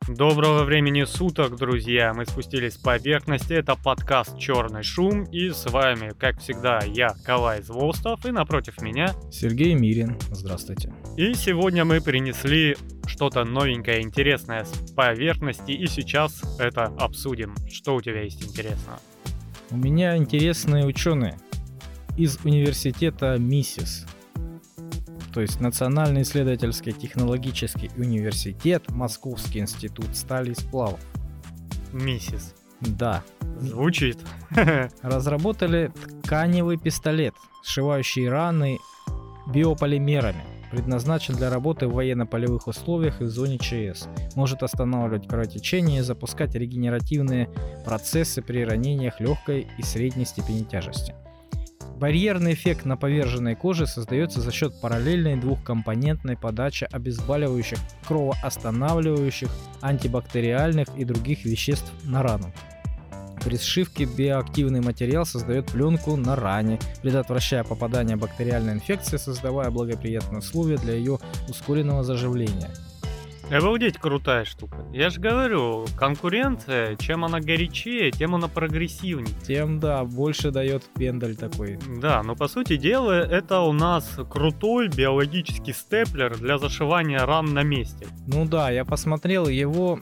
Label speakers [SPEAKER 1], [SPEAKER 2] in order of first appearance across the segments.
[SPEAKER 1] Доброго времени суток, друзья! Мы спустились с поверхности, это подкаст «Черный шум», и с вами, как всегда, я, Калай Звостов, и напротив меня
[SPEAKER 2] Сергей Мирин. Здравствуйте.
[SPEAKER 1] И сегодня мы принесли что-то новенькое, интересное с поверхности, и сейчас это обсудим. Что у тебя есть интересного?
[SPEAKER 2] У меня интересные ученые из университета МИСИС. То есть Национальный исследовательский технологический университет, Московский институт стали и сплавов.
[SPEAKER 1] Миссис.
[SPEAKER 2] Да.
[SPEAKER 1] Звучит.
[SPEAKER 2] Разработали тканевый пистолет, сшивающий раны биополимерами. Предназначен для работы в военно-полевых условиях и в зоне ЧС. Может останавливать кровотечение и запускать регенеративные процессы при ранениях легкой и средней степени тяжести. Барьерный эффект на поверженной коже создается за счет параллельной двухкомпонентной подачи обезболивающих, кровоостанавливающих, антибактериальных и других веществ на рану. При сшивке биоактивный материал создает пленку на ране, предотвращая попадание бактериальной инфекции, создавая благоприятные условия для ее ускоренного заживления.
[SPEAKER 1] Обалдеть, крутая штука. Я же говорю, конкуренция, чем она горячее, тем она прогрессивнее.
[SPEAKER 2] Тем, да, больше дает пендаль такой.
[SPEAKER 1] Да, но по сути дела, это у нас крутой биологический степлер для зашивания ран на месте.
[SPEAKER 2] Ну да, я посмотрел, его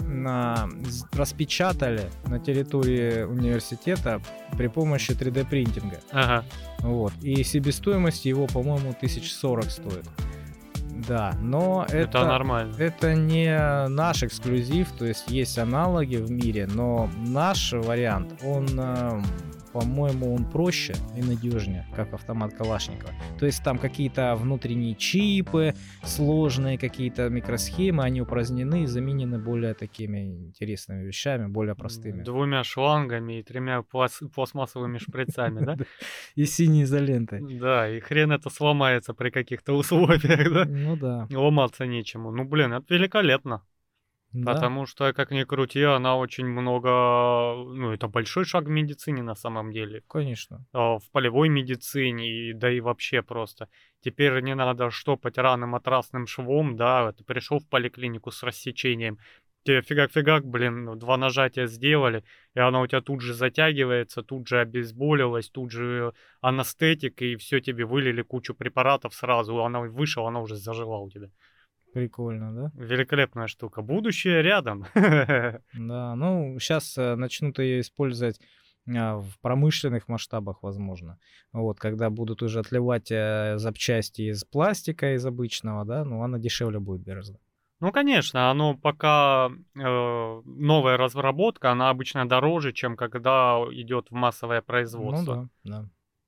[SPEAKER 2] распечатали на территории университета при помощи 3D принтинга.
[SPEAKER 1] Ага.
[SPEAKER 2] Вот. И себестоимость его, по-моему, 1040 стоит. Да, но
[SPEAKER 1] Это нормально.
[SPEAKER 2] Это не наш эксклюзив, то есть аналоги в мире, но наш вариант, он, по-моему, он проще и надежнее, как автомат Калашникова. То есть там какие-то внутренние чипы, сложные какие-то микросхемы, они упразднены и заменены более такими интересными вещами, более простыми.
[SPEAKER 1] 2 шлангами и 3 пластмассовыми шприцами, да?
[SPEAKER 2] И синей изолентой.
[SPEAKER 1] Да, и хрен это сломается при каких-то условиях, да?
[SPEAKER 2] Ну да.
[SPEAKER 1] Ломаться нечему. Ну, блин, это великолепно.
[SPEAKER 2] Да.
[SPEAKER 1] Потому что, как ни крути, она очень много... Ну, это большой шаг в медицине на самом деле.
[SPEAKER 2] Конечно.
[SPEAKER 1] В полевой медицине, да и вообще просто. Теперь не надо штопать раны матрасным швом, да, ты пришел в поликлинику с рассечением, тебе фигак-фигак, блин, 2 нажатия сделали, и она у тебя тут же затягивается, тут же обезболилась, тут же анестетик, и все тебе вылили кучу препаратов сразу, она вышла, она уже зажила у тебя.
[SPEAKER 2] Прикольно, да?
[SPEAKER 1] Великолепная штука. Будущее рядом.
[SPEAKER 2] Да, ну, сейчас начнут ее использовать в промышленных масштабах, возможно. Вот, когда будут уже отливать запчасти из пластика, из обычного, да, ну, она дешевле будет гораздо.
[SPEAKER 1] Ну, конечно, оно пока новая разработка, она обычно дороже, чем когда идет в массовое производство.
[SPEAKER 2] Ну да, да.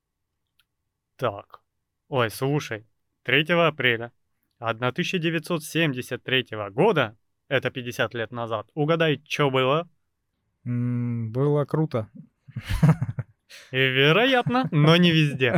[SPEAKER 1] Так. Ой, слушай, 3 апреля 1973 года, это 50 лет назад, угадай, что было?
[SPEAKER 2] Было круто.
[SPEAKER 1] И вероятно, но не везде.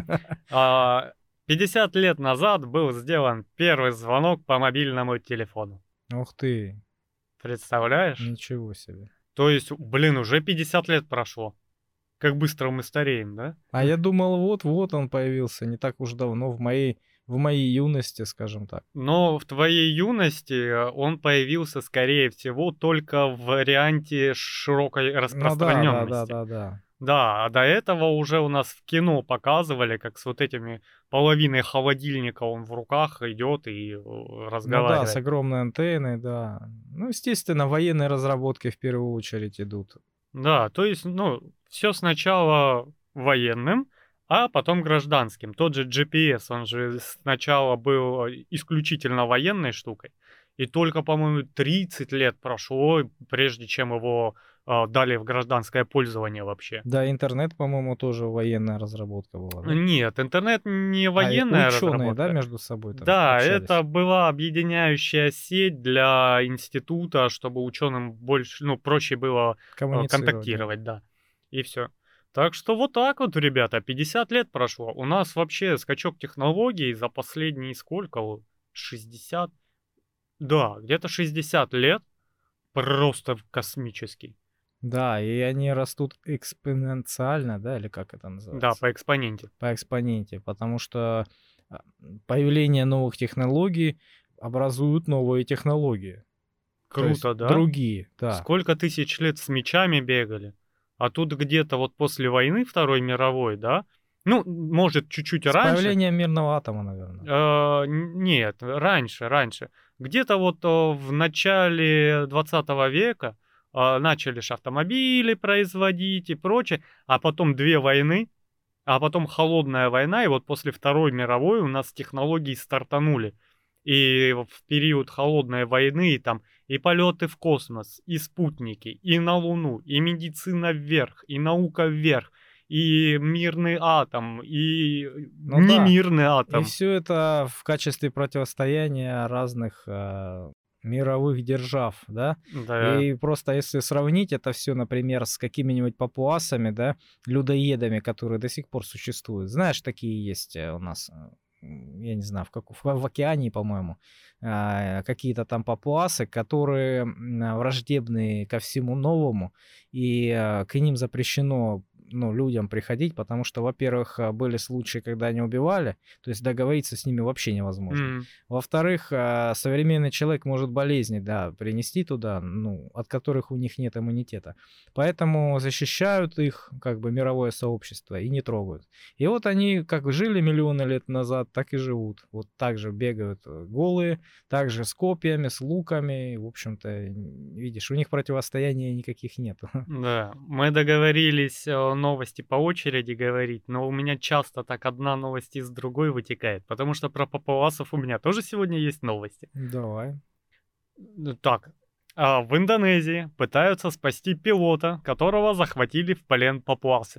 [SPEAKER 1] 50 лет назад был сделан первый звонок по мобильному телефону.
[SPEAKER 2] Ух ты,
[SPEAKER 1] Представляешь?
[SPEAKER 2] ничего себе.
[SPEAKER 1] То есть, блин, уже 50 лет прошло. Как быстро мы стареем, да?
[SPEAKER 2] А я думал, вот он появился не так уж давно, в моей юности, скажем так.
[SPEAKER 1] Но в твоей юности он появился, скорее всего, только в варианте широкой распространенности.
[SPEAKER 2] Да.
[SPEAKER 1] Да, а до этого уже у нас в кино показывали, как с вот этими половиной холодильника он в руках идет и
[SPEAKER 2] Ну
[SPEAKER 1] разговаривает.
[SPEAKER 2] да, с огромной антенной, да. Ну, естественно, военные разработки в первую очередь идут.
[SPEAKER 1] Да, то есть, ну, все сначала военным, а потом гражданским. Тот же GPS, он же сначала был исключительно военной штукой, и только, по-моему, 30 лет прошло, прежде чем его дали в гражданское пользование вообще.
[SPEAKER 2] Да, интернет, по-моему, тоже военная разработка была, да?
[SPEAKER 1] Нет, интернет не военная
[SPEAKER 2] ученые,
[SPEAKER 1] разработка.
[SPEAKER 2] да, между собой там
[SPEAKER 1] Да,
[SPEAKER 2] общались?
[SPEAKER 1] это была объединяющая сеть для института, чтобы ученым больше, ну, проще было
[SPEAKER 2] Коммуницировать, да.
[SPEAKER 1] контактировать, да. И все. Так что вот так вот, ребята, 50 лет прошло. У нас вообще скачок технологий за последние сколько? 60? Да, где-то 60 лет. Просто космический.
[SPEAKER 2] Да, и они растут экспоненциально, да, или как это
[SPEAKER 1] Да,
[SPEAKER 2] называется?
[SPEAKER 1] по экспоненте.
[SPEAKER 2] По экспоненте, потому что появление новых технологий образуют новые технологии. То есть
[SPEAKER 1] Круто, да?
[SPEAKER 2] другие, да.
[SPEAKER 1] Сколько тысяч лет с мечами бегали, а тут где-то вот после войны Второй мировой, да, ну, может, чуть-чуть
[SPEAKER 2] С
[SPEAKER 1] раньше,
[SPEAKER 2] появлением мирного атома, наверное.
[SPEAKER 1] нет, раньше. Где-то вот в начале 20 века начали ж автомобили производить и прочее, а потом две войны, а потом холодная война, и вот после Второй мировой у нас технологии стартанули. И в период холодной войны там и полеты в космос, и спутники, и на Луну, и медицина вверх, и наука вверх, и мирный атом, и
[SPEAKER 2] Ну да.
[SPEAKER 1] немирный
[SPEAKER 2] И
[SPEAKER 1] атом.
[SPEAKER 2] все это в качестве противостояния разных мировых держав, да.
[SPEAKER 1] Да.
[SPEAKER 2] И просто если сравнить это все, например, с какими-нибудь папуасами, да, людоедами, которые до сих пор существуют. Знаешь, такие есть у нас, я не знаю, в океане, по-моему, какие-то там папуасы, которые враждебны ко всему новому, и к ним запрещено, ну, людям приходить, потому что, во-первых, были случаи, когда они убивали, то есть договориться с ними вообще невозможно.
[SPEAKER 1] М.
[SPEAKER 2] Во-вторых, современный человек может болезни, да, принести туда, ну, от которых у них нет иммунитета. Поэтому защищают их, как бы, мировое сообщество и не трогают. И вот они как жили миллионы лет назад, так и живут. Вот так же бегают голые, так же с копьями, с луками. И, в общем-то, видишь, у них противостояния никаких нет.
[SPEAKER 1] Да, мы договорились новости по очереди говорить, но у меня часто так одна новость из другой вытекает, потому что про папуасов у меня тоже сегодня есть новости.
[SPEAKER 2] Давай.
[SPEAKER 1] Так, в Индонезии пытаются спасти пилота, которого захватили в плен папуасы.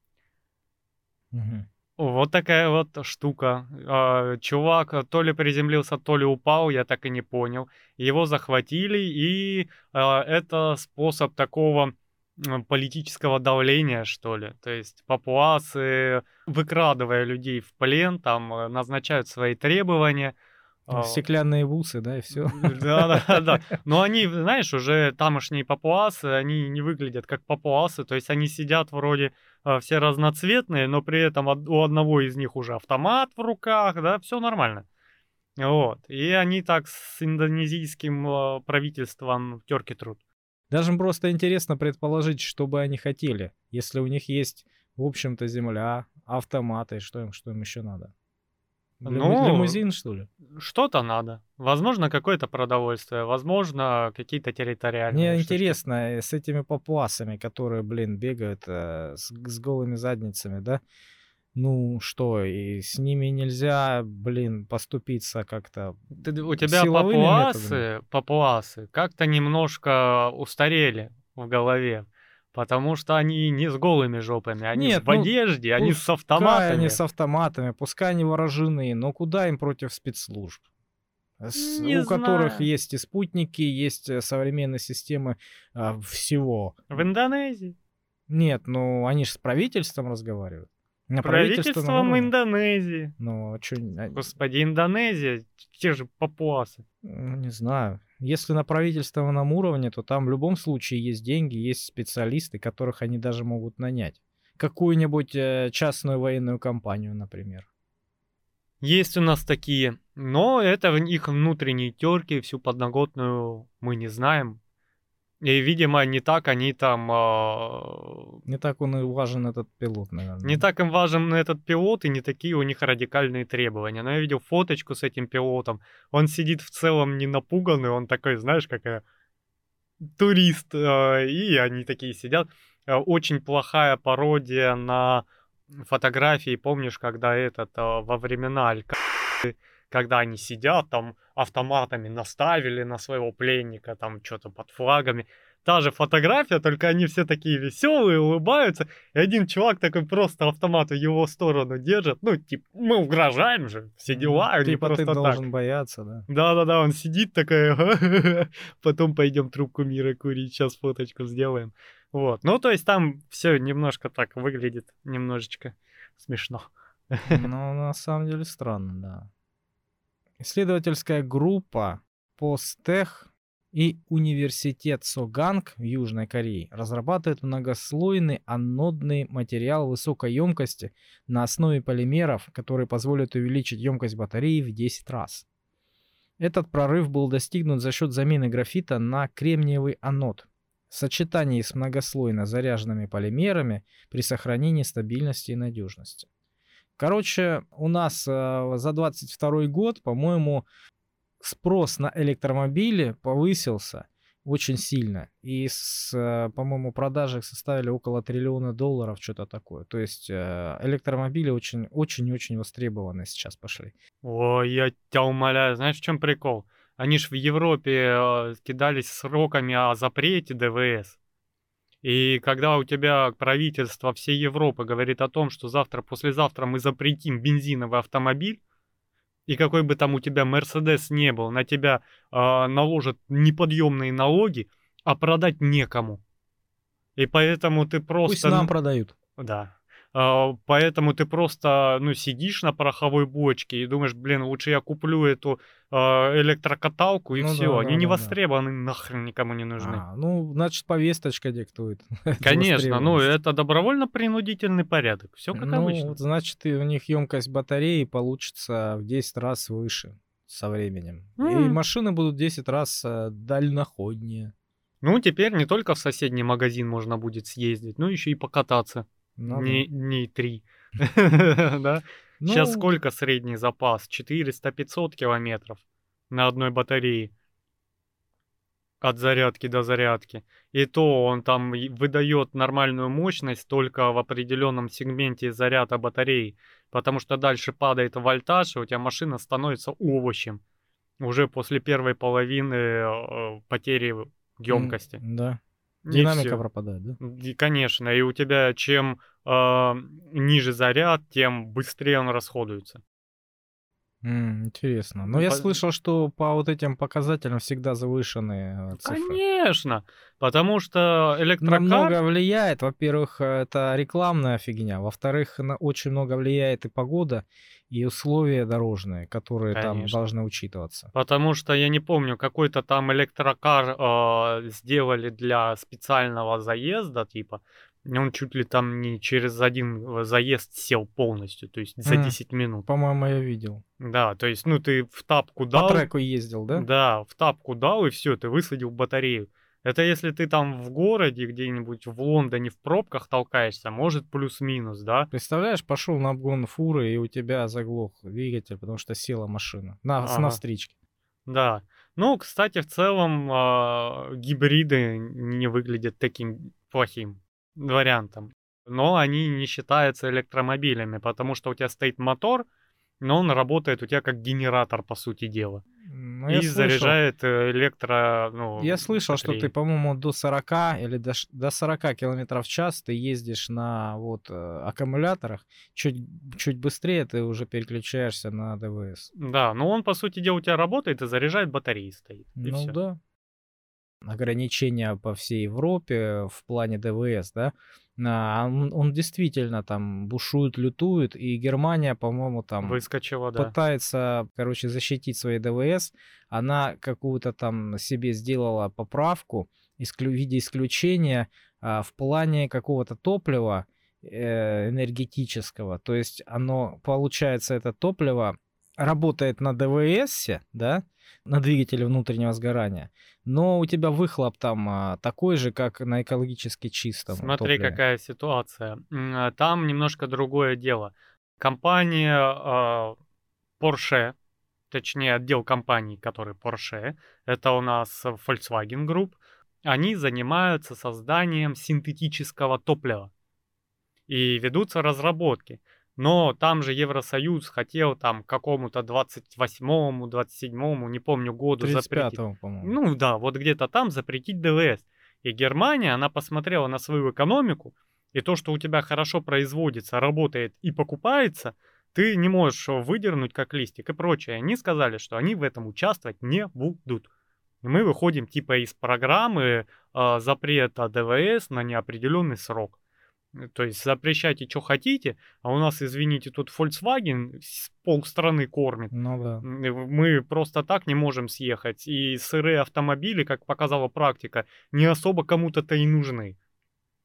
[SPEAKER 2] Мгм.
[SPEAKER 1] Вот такая вот штука. Чувак то ли приземлился, то ли упал, я так и не понял. Его захватили, и это способ такого политического давления, что ли. То есть папуасы, выкрадывая людей в плен, там назначают свои требования.
[SPEAKER 2] Стеклянные бусы, да, и все.
[SPEAKER 1] Да. Но они, знаешь, уже тамошние папуасы, они не выглядят как папуасы, то есть они сидят вроде все разноцветные, но при этом у одного из них уже автомат в руках, да, все нормально. Вот. И они так с индонезийским правительством терки трут.
[SPEAKER 2] Даже просто интересно предположить, что бы они хотели, если у них есть, в общем-то, земля, автоматы, что им еще надо?
[SPEAKER 1] Ну,
[SPEAKER 2] Лимузин, что ли?
[SPEAKER 1] что-то надо. Возможно, какое-то продовольствие, возможно, какие-то территориальные
[SPEAKER 2] Мне
[SPEAKER 1] шишки.
[SPEAKER 2] интересно, с этими папуасами, которые, блин, бегают с голыми задницами, да? Ну что, и с ними нельзя, блин, поступиться как-то
[SPEAKER 1] У тебя
[SPEAKER 2] силовыми методами?
[SPEAKER 1] папуасы как-то немножко устарели в голове, потому что они не с голыми жопами, они
[SPEAKER 2] Нет,
[SPEAKER 1] в
[SPEAKER 2] ну
[SPEAKER 1] одежде, они с
[SPEAKER 2] пускай они
[SPEAKER 1] автоматами.
[SPEAKER 2] с автоматами, пускай они вооружены, но куда им против спецслужб?
[SPEAKER 1] Не
[SPEAKER 2] У которых
[SPEAKER 1] знаю.
[SPEAKER 2] есть и спутники, есть современные системы всего.
[SPEAKER 1] В Индонезии.
[SPEAKER 2] Нет, ну они же с правительством разговаривают. На правительственном
[SPEAKER 1] Правительством
[SPEAKER 2] уровне.
[SPEAKER 1] Индонезии.
[SPEAKER 2] Ну, а чё,
[SPEAKER 1] Господи, Индонезия, те же папуасы.
[SPEAKER 2] не знаю. Если на правительственном уровне, то там в любом случае есть деньги, есть специалисты, которых они даже могут нанять. Какую-нибудь частную военную компанию, например.
[SPEAKER 1] Есть у нас такие, но это их внутренние терки, всю подноготную мы не знаем. И, видимо, не так они там...
[SPEAKER 2] Не так он и важен этот пилот, наверное.
[SPEAKER 1] Не так им важен этот пилот, и не такие у них радикальные требования. Но я видел фоточку с этим пилотом. Он сидит в целом не напуганный, он такой, знаешь, как турист. И они такие сидят. Очень плохая пародия на фотографии. Помнишь, когда во времена когда они сидят, там автоматами наставили на своего пленника, там что-то под флагами. Та же фотография, только они все такие веселые, улыбаются, и один чувак такой просто автомат в его сторону держит. Ну, типа, мы угрожаем же, все дела, а не
[SPEAKER 2] Типа ты
[SPEAKER 1] просто так.
[SPEAKER 2] должен бояться, да?
[SPEAKER 1] Да-да-да, он сидит такой, потом пойдем трубку мира курить, сейчас фоточку сделаем. Вот, ну, то есть там все немножко так выглядит, немножечко смешно.
[SPEAKER 2] Ну, на самом деле странно, да. Исследовательская группа Постех и университет Соганг в Южной Корее разрабатывают многослойный анодный материал высокой емкости на основе полимеров, который позволит увеличить емкость батареи в 10 раз. Этот прорыв был достигнут за счет замены графита на кремниевый анод в сочетании с многослойно заряженными полимерами при сохранении стабильности и надежности. Короче, у нас за 22 год, по-моему, спрос на электромобили повысился очень сильно. И, по-моему, продажи составили около $1 триллиона, что-то такое. То есть электромобили очень-очень востребованы сейчас пошли.
[SPEAKER 1] Ой, я тебя умоляю, знаешь, в чем прикол? Они ж в Европе кидались сроками о запрете ДВС. И когда у тебя правительство всей Европы говорит о том, что завтра-послезавтра мы запретим бензиновый автомобиль, и какой бы там у тебя Мерседес не был, на тебя наложат неподъемные налоги, а продать некому. И поэтому ты просто...
[SPEAKER 2] Пусть нам продают.
[SPEAKER 1] Да. Поэтому ты просто, сидишь на пороховой бочке и думаешь, блин, лучше я куплю эту электрокаталку, и
[SPEAKER 2] Ну
[SPEAKER 1] все.
[SPEAKER 2] да,
[SPEAKER 1] Они
[SPEAKER 2] да,
[SPEAKER 1] не
[SPEAKER 2] да, да.
[SPEAKER 1] востребованы, нахрен никому не нужны.
[SPEAKER 2] Значит, повесточка диктует. эту
[SPEAKER 1] Конечно,
[SPEAKER 2] востребованность.
[SPEAKER 1] это добровольно-принудительный порядок. Все как обычно.
[SPEAKER 2] Вот, значит, и у них емкость батареи получится в 10 раз выше со временем. И
[SPEAKER 1] М.
[SPEAKER 2] машины будут в 10 раз дальноходнее.
[SPEAKER 1] Теперь не только в соседний магазин можно будет съездить, но еще и покататься.
[SPEAKER 2] Ну да.
[SPEAKER 1] Дней 3. Да? Сейчас
[SPEAKER 2] Ну,
[SPEAKER 1] сколько средний запас? 400-500 километров на одной батарее. От зарядки до зарядки. И то он там выдает нормальную мощность только в определенном сегменте заряда батареи. Потому что дальше падает вольтаж, и у тебя машина становится овощем. Уже после первой половины потери емкости.
[SPEAKER 2] Да.
[SPEAKER 1] И
[SPEAKER 2] Динамика
[SPEAKER 1] всё.
[SPEAKER 2] пропадает, да?
[SPEAKER 1] И, конечно, и у тебя чем ниже заряд, тем быстрее он расходуется.
[SPEAKER 2] Интересно. Но я
[SPEAKER 1] По-
[SPEAKER 2] слышал, что по вот этим показателям всегда завышенные цифры.
[SPEAKER 1] Конечно, потому что
[SPEAKER 2] На
[SPEAKER 1] электрокар...
[SPEAKER 2] много влияет. Во-первых, это рекламная фигня. Во-вторых, очень много влияет и погода, и условия дорожные, которые там
[SPEAKER 1] Конечно.
[SPEAKER 2] должны учитываться.
[SPEAKER 1] Потому что я не помню, какой-то там электрокар сделали для специального заезда, типа, и он чуть ли там не через один заезд сел полностью, то есть за 10 минут.
[SPEAKER 2] По-моему, я видел.
[SPEAKER 1] Да, то есть, ты в тапку
[SPEAKER 2] По
[SPEAKER 1] дал,
[SPEAKER 2] треку ездил, да?
[SPEAKER 1] да, в тапку дал, и все, ты высадил батарею. Это если ты там в городе, где-нибудь в Лондоне в пробках толкаешься, может плюс-минус, да?
[SPEAKER 2] Представляешь, пошел на обгон фуры, и у тебя заглох двигатель, потому что села машина. На
[SPEAKER 1] Ага.
[SPEAKER 2] встречке.
[SPEAKER 1] Да. Кстати, в целом гибриды не выглядят таким плохим вариантом. Но они не считаются электромобилями, потому что у тебя стоит мотор, но он работает у тебя как генератор, по сути дела.
[SPEAKER 2] Ну,
[SPEAKER 1] И
[SPEAKER 2] я слышал.
[SPEAKER 1] заряжает
[SPEAKER 2] Я слышал, что ты,
[SPEAKER 1] батареи.
[SPEAKER 2] по-моему, до 40 или до 40 километров в час ты ездишь на аккумуляторах. Чуть быстрее ты уже переключаешься на ДВС.
[SPEAKER 1] Да, но он, по сути дела, у тебя работает и заряжает батареи стоит. И
[SPEAKER 2] Ну
[SPEAKER 1] все.
[SPEAKER 2] да. Ограничения по всей Европе в плане ДВС, да. Он действительно там бушует, лютует, и Германия, по-моему, там
[SPEAKER 1] Выскочила, да.
[SPEAKER 2] пытается, защитить свои ДВС. Она какую-то там себе сделала поправку в виде исключения в плане какого-то топлива энергетического. То есть получается, это топливо работает на ДВС, да, на двигателе внутреннего сгорания, но у тебя выхлоп там такой же, как на экологически чистом
[SPEAKER 1] Смотри,
[SPEAKER 2] топливе.
[SPEAKER 1] какая ситуация. Там немножко другое дело. Компания Porsche, точнее отдел компаний, который Porsche, это у нас Volkswagen Group, они занимаются созданием синтетического топлива. И ведутся разработки. Но там же Евросоюз хотел там к какому-то 28-му, 27-му, не помню, году запретить.
[SPEAKER 2] 35-го, по-моему.
[SPEAKER 1] Ну да, вот где-то там запретить ДВС. И Германия, она посмотрела на свою экономику, и то, что у тебя хорошо производится, работает и покупается, ты не можешь выдернуть как листик и прочее. Они сказали, что они в этом участвовать не будут. И мы выходим типа из программы запрета ДВС на неопределенный срок. То есть запрещайте, что хотите, а у нас, извините, тут Volkswagen полстраны кормит.
[SPEAKER 2] Ну да.
[SPEAKER 1] Мы просто так не можем съехать. И сырые автомобили, как показала практика, не особо кому-то-то и нужны.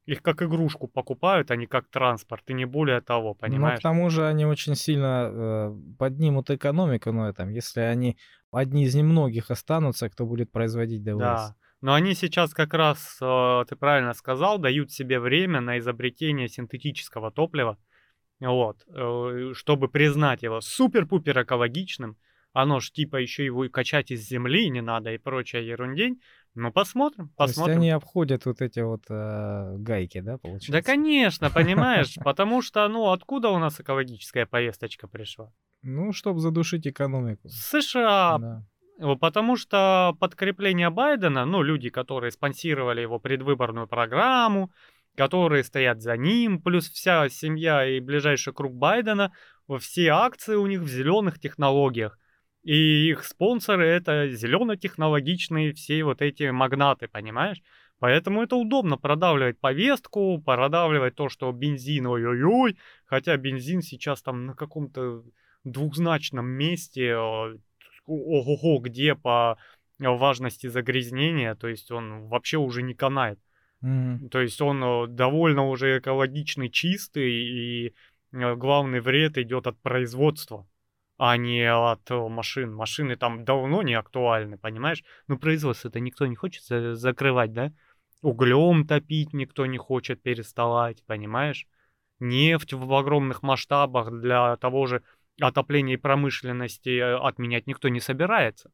[SPEAKER 1] Их как игрушку покупают, а не как транспорт, и не более того,
[SPEAKER 2] Но к
[SPEAKER 1] понимаешь?
[SPEAKER 2] тому же они очень сильно поднимут экономику на этом, если они одни из немногих останутся, кто будет производить ДВС.
[SPEAKER 1] Да. Но они сейчас как раз, ты правильно сказал, дают себе время на изобретение синтетического топлива, вот, чтобы признать его супер-пупер экологичным. Оно ж типа еще его и качать из земли не надо и прочая ерундень. Ну, посмотрим,
[SPEAKER 2] То есть
[SPEAKER 1] посмотрим.
[SPEAKER 2] они обходят вот эти вот гайки, да,
[SPEAKER 1] Да,
[SPEAKER 2] получается?
[SPEAKER 1] конечно, понимаешь, потому что, ну, откуда у нас экологическая повесточка пришла?
[SPEAKER 2] Ну, чтобы задушить экономику.
[SPEAKER 1] С США.
[SPEAKER 2] Да.
[SPEAKER 1] Потому что подкрепление Байдена, ну, люди, которые спонсировали его предвыборную программу, которые стоят за ним, плюс вся семья и ближайший круг Байдена, все акции у них в зеленых технологиях. И их спонсоры это зелено-технологичные все вот эти магнаты, понимаешь? Поэтому это удобно продавливать повестку, продавливать то, что бензин, ой-ой-ой, хотя бензин сейчас там на каком-то двухзначном месте, ого-го, где по важности загрязнения, то есть он вообще уже не канает.
[SPEAKER 2] Мгм.
[SPEAKER 1] То есть он довольно уже экологичный, чистый, и главный вред идет от производства, а не от машин. Машины там давно не актуальны, понимаешь? Ну, производство-то никто не хочет закрывать, да? Углем топить никто не хочет переставать, понимаешь? Нефть в огромных масштабах для того же отопления и промышленности отменять никто не собирается.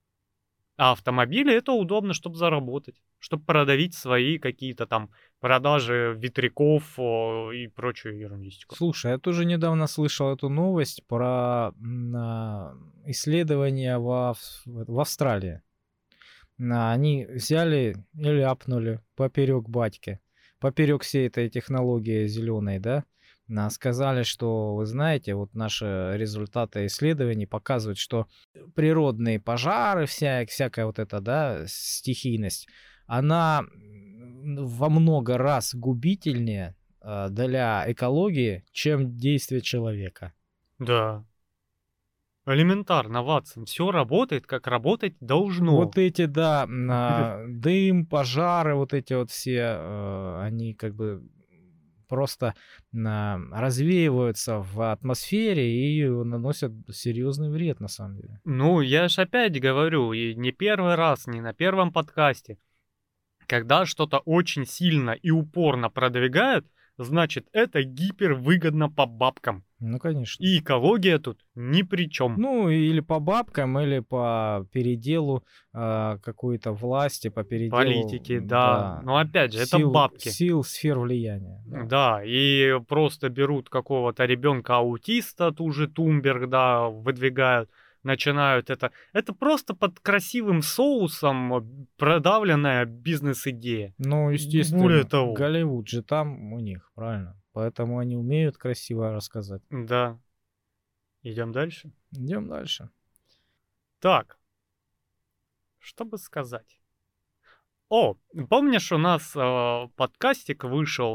[SPEAKER 1] А автомобили это удобно, чтобы заработать, чтобы продавить свои какие-то там продажи ветряков и прочую ерундистику.
[SPEAKER 2] Слушай, я тоже недавно слышал эту новость про исследования в Австралии. Они взяли и ляпнули поперек батьки, поперек всей этой технологии зеленой, да, сказали, что, вы знаете, вот наши результаты исследований показывают, что природные пожары, всякая вот эта, да, стихийность, она во много раз губительнее для экологии, чем действие человека.
[SPEAKER 1] Да. Элементарно, Ватсон, все работает, как работать должно.
[SPEAKER 2] Вот эти, да, дым, пожары, вот эти вот все, они как бы просто развеиваются в атмосфере и наносят серьезный вред, на самом деле.
[SPEAKER 1] Ну, я ж опять говорю, и не первый раз, не на первом подкасте, когда что-то очень сильно и упорно продвигают, значит, это гипервыгодно по бабкам.
[SPEAKER 2] Ну, конечно.
[SPEAKER 1] И экология тут ни при чем.
[SPEAKER 2] Ну, или по бабкам, или по переделу какой-то власти, по переделу...
[SPEAKER 1] Политики, да. Но опять же, это бабки.
[SPEAKER 2] Сил, сфер влияния. Да.
[SPEAKER 1] Да, и просто берут какого-то ребенка-аутиста, ту же Тумберг, да, выдвигают, начинают это. Это просто под красивым соусом продавленная бизнес-идея.
[SPEAKER 2] Ну, естественно,
[SPEAKER 1] Более того.
[SPEAKER 2] Голливуд же там у них, правильно? Поэтому они умеют красиво рассказать.
[SPEAKER 1] Да. Идем дальше.
[SPEAKER 2] Идем дальше.
[SPEAKER 1] Так. Что бы сказать? О, помнишь, у нас подкастик вышел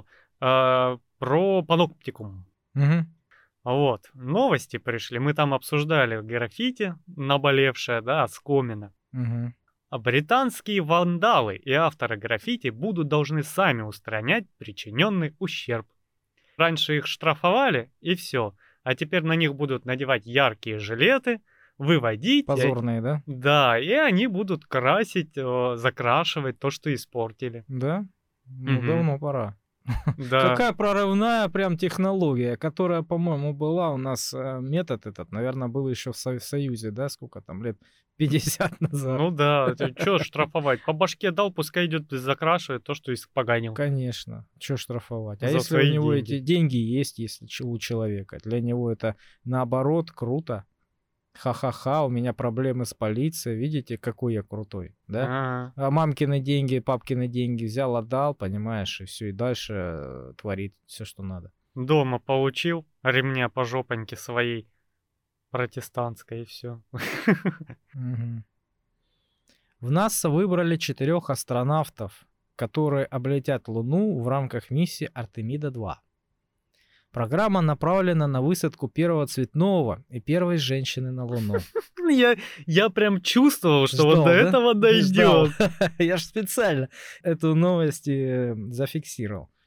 [SPEAKER 1] про паноптикум?
[SPEAKER 2] Угу.
[SPEAKER 1] Вот, новости пришли, мы там обсуждали граффити, наболевшее, да, оскомина.
[SPEAKER 2] Угу.
[SPEAKER 1] А британские вандалы и авторы граффити будут должны сами устранять причиненный ущерб. Раньше их штрафовали, и все. А теперь на них будут надевать яркие жилеты, выводить.
[SPEAKER 2] Позорные, да?
[SPEAKER 1] Да, и они будут красить, закрашивать то, что испортили.
[SPEAKER 2] Да? Ну,
[SPEAKER 1] Мгм.
[SPEAKER 2] давно пора.
[SPEAKER 1] Да.
[SPEAKER 2] Какая прорывная прям технология, которая, по-моему, была у нас метод этот, наверное, был еще в Союзе, да, сколько там, лет 50 назад.
[SPEAKER 1] Ну да, что штрафовать? По башке дал, пускай идет закрашивает то, что испоганил.
[SPEAKER 2] Конечно, что штрафовать? А
[SPEAKER 1] За
[SPEAKER 2] если у
[SPEAKER 1] свои
[SPEAKER 2] него
[SPEAKER 1] деньги.
[SPEAKER 2] эти деньги есть, если у человека, для него это наоборот круто. Ха-ха-ха, у меня проблемы с полицией, видите, какой я крутой, да?
[SPEAKER 1] Ага.
[SPEAKER 2] А мамкины деньги, папкины деньги взял, отдал, понимаешь, и все, и дальше творит все, что надо.
[SPEAKER 1] Дома получил ремня по жопоньке своей протестантской, и все.
[SPEAKER 2] Мгм. В НАСА выбрали 4 астронавтов, которые облетят Луну в рамках миссии Артемида-2. Программа направлена на высадку первого цветного и первой женщины на Луну.
[SPEAKER 1] Я прям чувствовал, что
[SPEAKER 2] Ждал,
[SPEAKER 1] вот до
[SPEAKER 2] да?
[SPEAKER 1] этого
[SPEAKER 2] Ждал.
[SPEAKER 1] дойдет.
[SPEAKER 2] Я же специально эту новость зафиксировал.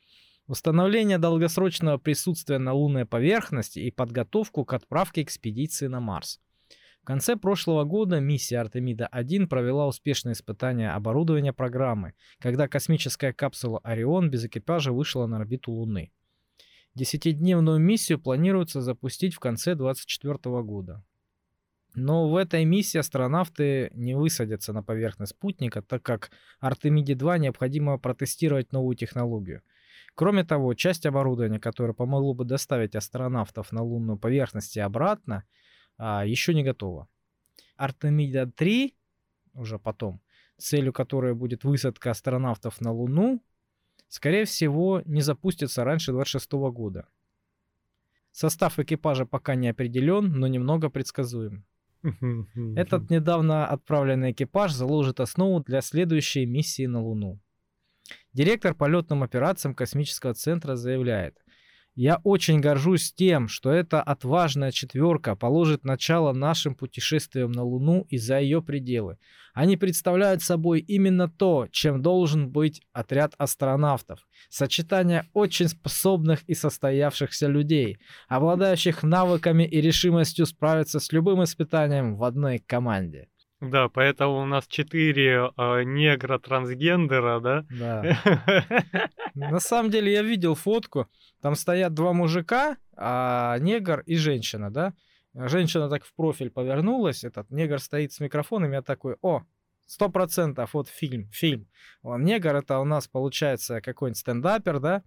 [SPEAKER 2] Установление долгосрочного присутствия на лунной поверхности и подготовку к отправке экспедиции на Марс. В конце прошлого года миссия Артемида-1 провела успешное испытание оборудования программы, когда космическая капсула Орион без экипажа вышла на орбиту Луны. 10-дневную миссию планируется запустить в конце 2024 года. Но в этой миссии астронавты не высадятся на поверхность спутника, так как Артемиде-2 необходимо протестировать новую технологию. Кроме того, часть оборудования, которое помогло бы доставить астронавтов на лунную поверхность и обратно, еще не готова. Артемида-3, уже потом, целью которой будет высадка астронавтов на Луну, скорее всего, не запустится раньше 2026 года. Состав экипажа пока не определен, но немного предсказуем. Этот недавно отправленный экипаж заложит основу для следующей миссии на Луну. Директор полетным операциям космического центра заявляет: «Я очень горжусь тем, что эта отважная четверка положит начало нашим путешествиям на Луну и за ее пределы. Они представляют собой именно то, чем должен быть отряд астронавтов. Сочетание очень способных и состоявшихся людей, обладающих навыками и решимостью справиться с любым испытанием в одной команде».
[SPEAKER 1] Да, поэтому у нас 4 негра-трансгендера, да?
[SPEAKER 2] Да. На самом деле я видел фотку, там стоят 2 мужика, негр и женщина, да? Женщина так в профиль повернулась, этот негр стоит с микрофоном, я такой: о, 100%, вот фильм. Негр — это у нас получается какой-нибудь стендапер, да?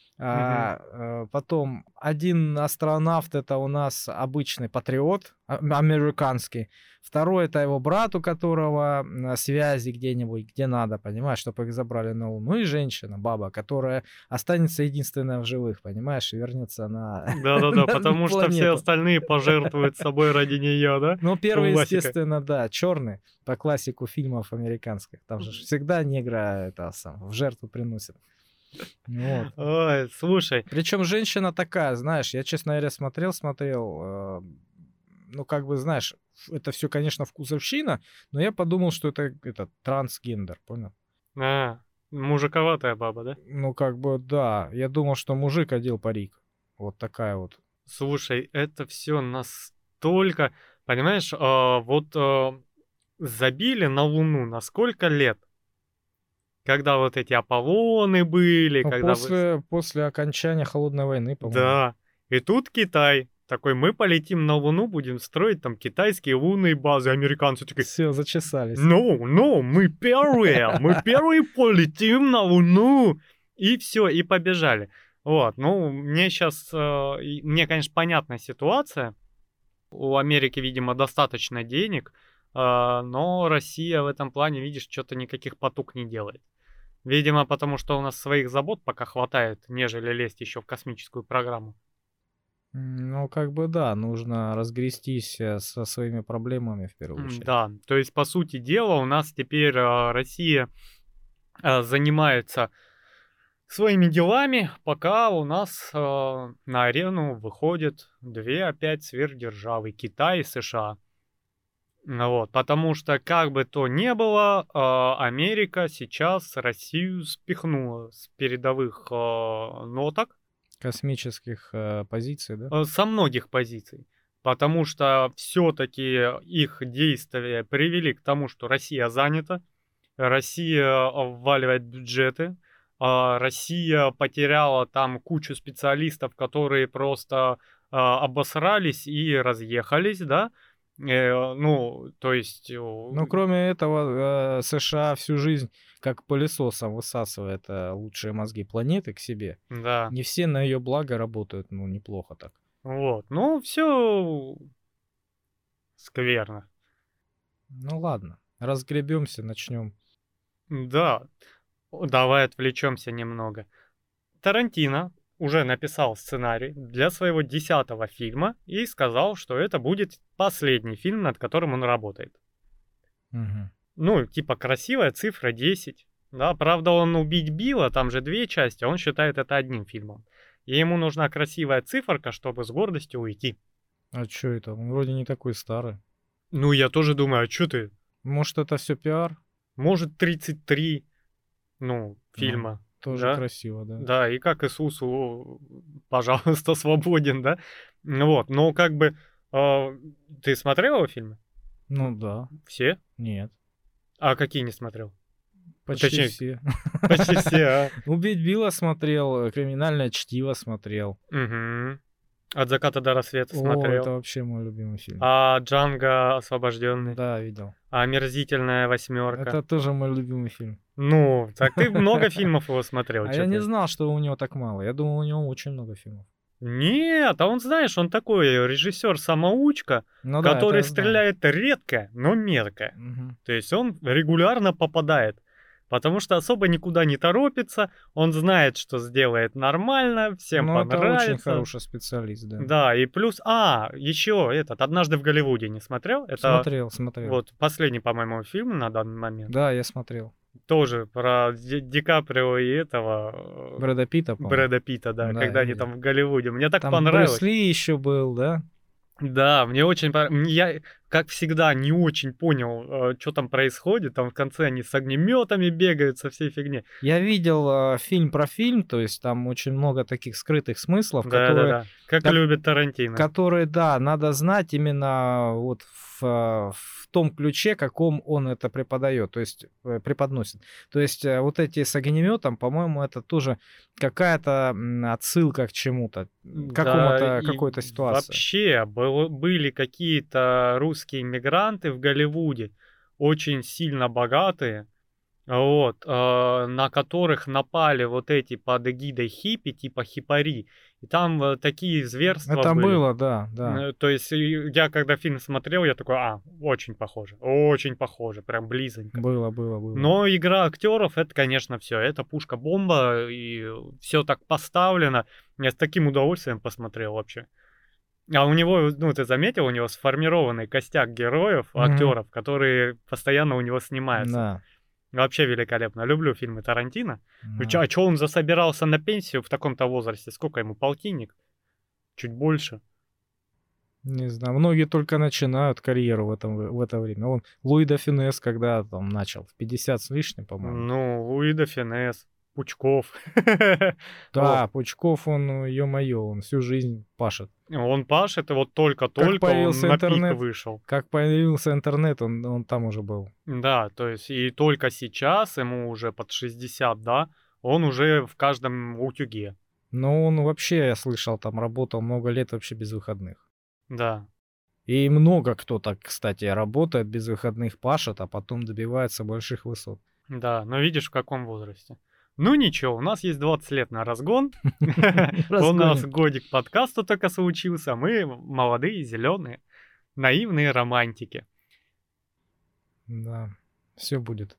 [SPEAKER 2] Потом один астронавт — это у нас обычный патриот американский. Второй — это его брат, у которого связи где-нибудь, где надо, понимаешь, чтобы их забрали на Луну. Ну и женщина, баба, которая останется единственная в живых, понимаешь, и вернется на
[SPEAKER 1] Да-да-да, потому что все остальные пожертвуют собой ради нее, да?
[SPEAKER 2] Ну, первый, естественно, да, черный, по классику фильмов американских. Там же всегда негра в жертву приносят. Вот.
[SPEAKER 1] Ой, слушай.
[SPEAKER 2] Причем женщина такая, знаешь, я, честно говоря, смотрел, ну, как бы, знаешь, это все, конечно, вкусовщина, но я подумал, что это трансгендер, понял?
[SPEAKER 1] Мужиковатая баба, да?
[SPEAKER 2] Ну, как бы, да. Я думал, что мужик одел парик. Вот такая вот.
[SPEAKER 1] Слушай, это все настолько... Понимаешь, забили на Луну на сколько лет? Когда вот эти Аполлоны были,
[SPEAKER 2] Ну,
[SPEAKER 1] когда...
[SPEAKER 2] после окончания Холодной войны, по-моему.
[SPEAKER 1] Да. И тут Китай такой: мы полетим на Луну, будем строить там китайские лунные базы. Американцы такие:
[SPEAKER 2] все, зачесались.
[SPEAKER 1] Мы первые полетим на Луну. И все, и побежали. Вот, ну, мне, конечно, понятна ситуация. У Америки, видимо, достаточно денег, но Россия в этом плане, видишь, что-то никаких потуг не делает. Видимо, потому что у нас своих забот пока хватает, нежели лезть еще в космическую программу.
[SPEAKER 2] Ну, как бы да, нужно разгрестись со своими проблемами в первую очередь.
[SPEAKER 1] Да, то есть, по сути дела, у нас теперь Россия занимается своими делами, пока у нас на арену выходят 2 опять сверхдержавы — Китай и США. Вот, потому что, как бы то ни было, Америка сейчас Россию спихнула с передовых ноток.
[SPEAKER 2] Космических позиций, да?
[SPEAKER 1] Со многих позиций. Потому что все-таки их действия привели к тому, что Россия занята, Россия вваливает бюджеты, Россия потеряла там кучу специалистов, которые просто обосрались и разъехались, да? Ну, то есть...
[SPEAKER 2] Ну, кроме этого, США всю жизнь как пылесосом высасывает лучшие мозги планеты к себе.
[SPEAKER 1] Да.
[SPEAKER 2] Не все на ее благо работают, ну, неплохо так.
[SPEAKER 1] Вот, ну, все скверно.
[SPEAKER 2] Ну, ладно, разгребемся, начнем.
[SPEAKER 1] Да, давай отвлечемся немного. Тарантино уже написал сценарий для своего 10-го фильма и сказал, что это будет последний фильм, над которым он работает.
[SPEAKER 2] Угу.
[SPEAKER 1] Ну, типа красивая цифра 10. Да, правда, он «Убить Билла», там же 2 части, он считает это одним фильмом. И ему нужна красивая циферка, чтобы с гордостью уйти.
[SPEAKER 2] А что это? Он вроде не такой старый.
[SPEAKER 1] Ну, я тоже думаю, а что ты?
[SPEAKER 2] Может, это все пиар?
[SPEAKER 1] Может, 33, фильма.
[SPEAKER 2] Тоже
[SPEAKER 1] да?
[SPEAKER 2] красиво, да.
[SPEAKER 1] Да, и как Иисусу, пожалуйста, свободен, да? Вот, но как бы, ты смотрел его фильмы?
[SPEAKER 2] Ну да,
[SPEAKER 1] Все?
[SPEAKER 2] нет,
[SPEAKER 1] А какие не смотрел?
[SPEAKER 2] почти
[SPEAKER 1] Точнее,
[SPEAKER 2] все.
[SPEAKER 1] почти все, а?
[SPEAKER 2] «Убить Билла» смотрел, «Криминальное чтиво» смотрел.
[SPEAKER 1] Мгм. «От заката до рассвета»
[SPEAKER 2] О, это
[SPEAKER 1] смотрел.
[SPEAKER 2] вообще мой любимый фильм.
[SPEAKER 1] А «Джанго освобожденный»?
[SPEAKER 2] Да, видел.
[SPEAKER 1] А «Омерзительная восьмерка»?
[SPEAKER 2] Это тоже мой любимый фильм.
[SPEAKER 1] Ну, так ты много фильмов его смотрел,
[SPEAKER 2] А
[SPEAKER 1] чё
[SPEAKER 2] я не
[SPEAKER 1] ты?
[SPEAKER 2] знал, что у него так мало. Я думал, у него очень много фильмов.
[SPEAKER 1] Нет, а он, знаешь, он такой режиссер-самоучка,
[SPEAKER 2] Ну да, это
[SPEAKER 1] который
[SPEAKER 2] я знаю.
[SPEAKER 1] стреляет редко, но метко.
[SPEAKER 2] Мгм.
[SPEAKER 1] То есть он регулярно попадает, потому что особо никуда не торопится, он знает, что сделает нормально, всем
[SPEAKER 2] Ну, это очень
[SPEAKER 1] понравится.
[SPEAKER 2] хороший специалист, да.
[SPEAKER 1] Да, и плюс, еще этот «Однажды в Голливуде» не смотрел? Это
[SPEAKER 2] Смотрел.
[SPEAKER 1] вот последний, по-моему, фильм на данный момент.
[SPEAKER 2] Да, я смотрел.
[SPEAKER 1] Тоже про Ди Каприо и этого
[SPEAKER 2] Брэда Питта, по-моему.
[SPEAKER 1] Брэда Питта, да,
[SPEAKER 2] Да,
[SPEAKER 1] когда
[SPEAKER 2] я
[SPEAKER 1] они
[SPEAKER 2] видел.
[SPEAKER 1] там в Голливуде. Мне так
[SPEAKER 2] Там
[SPEAKER 1] понравилось.
[SPEAKER 2] Брюс Ли еще был, да?
[SPEAKER 1] Да, мне очень понравилось. Я, как всегда, не очень понял, что там происходит. Там в конце они с огнеметами бегают, со всей фигни.
[SPEAKER 2] Я видел фильм про фильм, то есть там очень много таких скрытых смыслов,
[SPEAKER 1] Да-да-да. Как
[SPEAKER 2] как-
[SPEAKER 1] любит Тарантино.
[SPEAKER 2] которые, да, надо знать именно вот в том ключе, каком он это преподает, то есть преподносит. То есть вот эти с огнеметом, по-моему, это тоже какая-то отсылка к чему-то,
[SPEAKER 1] Да, и
[SPEAKER 2] какой-то ситуации.
[SPEAKER 1] вообще были какие-то русские иммигранты в Голливуде, очень сильно богатые, вот, на которых напали вот эти под эгидой хиппи, типа хипари. И там такие зверства
[SPEAKER 2] Это
[SPEAKER 1] были.
[SPEAKER 2] было, да, да.
[SPEAKER 1] То есть я когда фильм смотрел, я такой, очень похоже, прям близонько.
[SPEAKER 2] Было.
[SPEAKER 1] Но игра актеров, это, конечно, все, это пушка-бомба, и все так поставлено. Я с таким удовольствием посмотрел вообще. А у него, ну, ты заметил, у него сформированный костяк героев,
[SPEAKER 2] Мгм.
[SPEAKER 1] актеров, которые постоянно у него снимаются.
[SPEAKER 2] Да.
[SPEAKER 1] Вообще великолепно. Люблю фильмы Тарантино. Ну,
[SPEAKER 2] Да.
[SPEAKER 1] а чё он засобирался на пенсию в таком-то возрасте? Сколько ему, полтинник? Чуть больше.
[SPEAKER 2] Не знаю, многие только начинают карьеру в это время. Он Луи де Фюнес, когда там начал, в 50 с лишним, по-моему.
[SPEAKER 1] Ну, Луи де Фюнес, Пучков.
[SPEAKER 2] Да, Пучков, он, ё-моё, он всю жизнь пашет.
[SPEAKER 1] Он пашет, и вот только он
[SPEAKER 2] появился
[SPEAKER 1] на пик
[SPEAKER 2] интернет,
[SPEAKER 1] вышел.
[SPEAKER 2] Как появился интернет, он там уже был.
[SPEAKER 1] Да, то есть и только сейчас, ему уже под 60, да, он уже в каждом утюге.
[SPEAKER 2] Но он вообще, я слышал, там работал много лет вообще без выходных.
[SPEAKER 1] Да.
[SPEAKER 2] И много кто так, кстати, работает без выходных, пашет, а потом добивается больших высот.
[SPEAKER 1] Да, но видишь, в каком возрасте. Ну ничего, у нас есть 20 лет на разгон. У нас
[SPEAKER 2] Разгоним.
[SPEAKER 1] годик подкасту только случился. Мы молодые, зеленые, наивные романтики.
[SPEAKER 2] Да, все будет.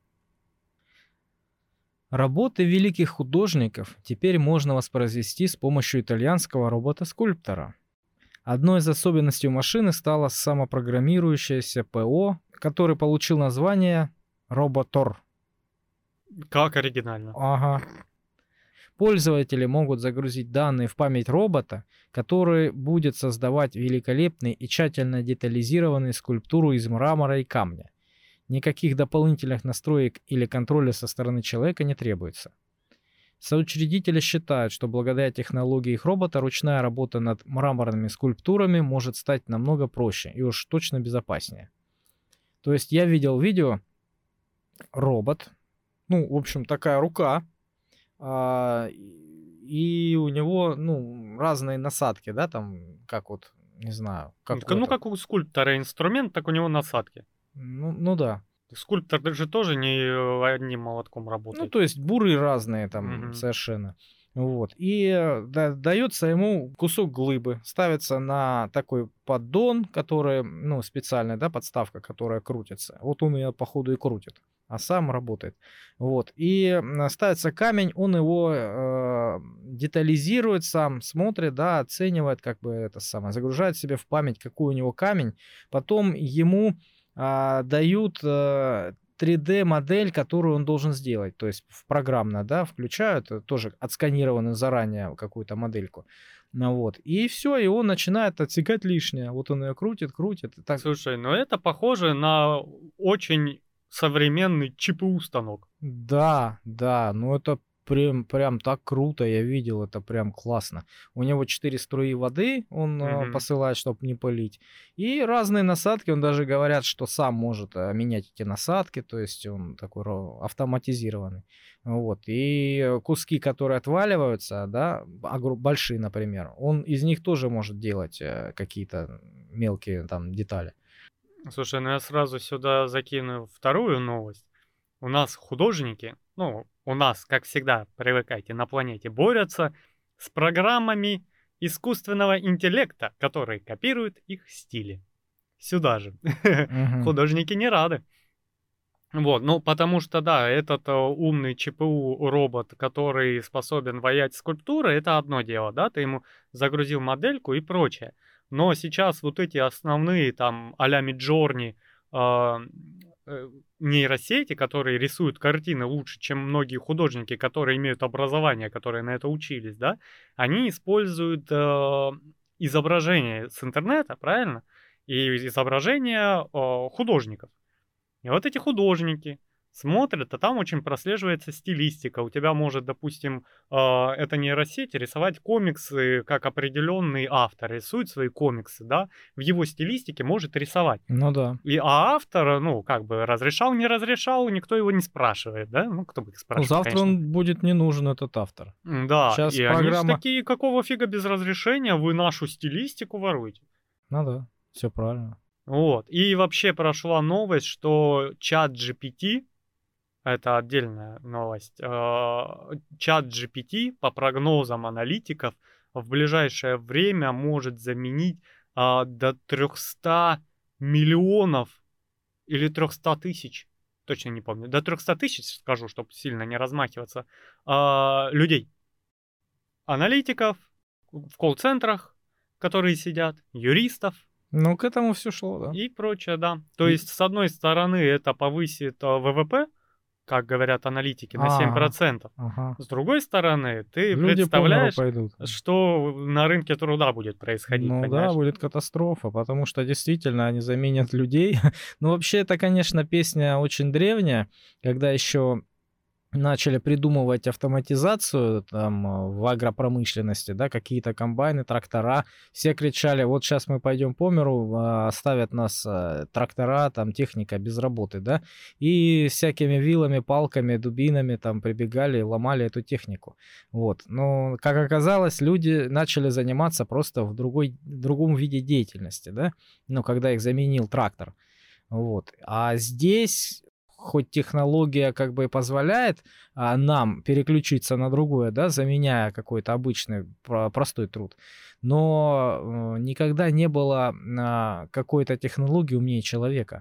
[SPEAKER 2] Работы великих художников теперь можно воспроизвести с помощью итальянского робота-скульптора. Одной из особенностей машины стало самопрограммирующееся ПО, который получил название Роботор.
[SPEAKER 1] Как оригинально.
[SPEAKER 2] Ага. Пользователи могут загрузить данные в память робота, который будет создавать великолепные и тщательно детализированные скульптуру из мрамора и камня. Никаких дополнительных настроек или контроля со стороны человека не требуется. Соучредители считают, что благодаря технологии их робота ручная работа над мраморными скульптурами может стать намного проще и уж точно безопаснее. То есть я видел видео, робот, ну, в общем, такая рука, и у него, ну, разные насадки, да, там, как вот, не знаю, как у
[SPEAKER 1] Ну,
[SPEAKER 2] этого.
[SPEAKER 1] как у скульптора инструмент, так у него насадки.
[SPEAKER 2] Ну да.
[SPEAKER 1] Скульптор же тоже не одним молотком
[SPEAKER 2] Ну,
[SPEAKER 1] работает.
[SPEAKER 2] то есть буры разные там
[SPEAKER 1] Мгм.
[SPEAKER 2] совершенно. Вот. И дается ему кусок глыбы, ставится на такой поддон, который, ну, специальная, да, подставка, которая крутится. Вот он ее, походу, и крутит, а сам работает. Вот. И ставится камень, он его детализирует сам, смотрит, да, оценивает, как бы это самое, загружает себе в память, какой у него камень. Потом ему дают 3D-модель, которую он должен сделать. То есть в программно, да, включают, тоже отсканированную заранее какую-то модельку. Ну вот. И все, и он начинает отсекать лишнее. Вот он ее крутит. И так.
[SPEAKER 1] Слушай, ну это похоже на очень современный ЧПУ станок.
[SPEAKER 2] Да, но это прям так круто, я видел, это прям классно. У него 4 струи воды он
[SPEAKER 1] Мгм.
[SPEAKER 2] посылает, чтобы не пылить. И разные насадки, он даже говорят, что сам может менять эти насадки, то есть он такой автоматизированный. Вот. И куски, которые отваливаются, да, большие, например, он из них тоже может делать какие-то мелкие там детали.
[SPEAKER 1] Слушай, ну я сразу сюда закину вторую новость. У нас художники, ну, у нас, как всегда, привыкайте, на планете борются с программами искусственного интеллекта, которые копируют их стили. Сюда же.
[SPEAKER 2] Мгм.
[SPEAKER 1] Художники не рады. Вот, ну, потому что, да, этот умный ЧПУ робот, который способен ваять скульптуры, это одно дело, да, ты ему загрузил модельку и прочее. Но сейчас вот эти основные там а-ля Midjourney а, э, нейросети, которые рисуют картины лучше, чем многие художники, которые имеют образование, которые на это учились, да, они используют изображения с интернета, правильно? И изображения художников. И вот эти художники смотрят, а там очень прослеживается стилистика. У тебя может, допустим, эта нейросеть рисовать комиксы, как определенный автор рисует свои комиксы, да, в его стилистике может рисовать.
[SPEAKER 2] Ну да.
[SPEAKER 1] А автор, ну, как бы разрешал, не разрешал, никто его не спрашивает, да? Ну, кто бы их
[SPEAKER 2] Ну,
[SPEAKER 1] спрашивал,
[SPEAKER 2] завтра
[SPEAKER 1] конечно.
[SPEAKER 2] он будет не нужен, этот автор.
[SPEAKER 1] Да,
[SPEAKER 2] Сейчас
[SPEAKER 1] и они же
[SPEAKER 2] программа...
[SPEAKER 1] такие, какого фига без разрешения вы нашу стилистику воруете?
[SPEAKER 2] Ну да, все правильно.
[SPEAKER 1] Вот. И вообще прошла новость, что чат GPT, это отдельная новость, чат GPT, по прогнозам аналитиков, в ближайшее время может заменить до 300 миллионов или 300 тысяч, точно не помню, до 300 тысяч, скажу, чтобы сильно не размахиваться, людей. Аналитиков в колл-центрах, которые сидят, юристов,
[SPEAKER 2] Ну, к этому все шло, да.
[SPEAKER 1] и прочее, да. То
[SPEAKER 2] И...
[SPEAKER 1] есть, с одной стороны, это повысит ВВП, как говорят аналитики, на
[SPEAKER 2] Ага,
[SPEAKER 1] 7%.
[SPEAKER 2] ага.
[SPEAKER 1] С другой стороны, ты
[SPEAKER 2] Люди по миру
[SPEAKER 1] представляешь,
[SPEAKER 2] пойдут.
[SPEAKER 1] что на рынке труда будет происходить,
[SPEAKER 2] Ну да,
[SPEAKER 1] понимаешь?
[SPEAKER 2] будет катастрофа, потому что действительно они заменят людей. Ну, вообще, это, конечно, песня очень древняя, когда еще начали придумывать автоматизацию там в агропромышленности, да, какие-то комбайны, трактора. Все кричали, вот сейчас мы пойдем по миру, оставят нас трактора, там техника без работы, да, и всякими вилами, палками, дубинами там прибегали и ломали эту технику. Вот. Но, как оказалось, люди начали заниматься просто в другом виде деятельности, да, ну, когда их заменил трактор. Вот. А здесь хоть технология как бы и позволяет нам переключиться на другое, да, заменяя какой-то обычный простой труд, но никогда не было какой-то технологии умнее человека.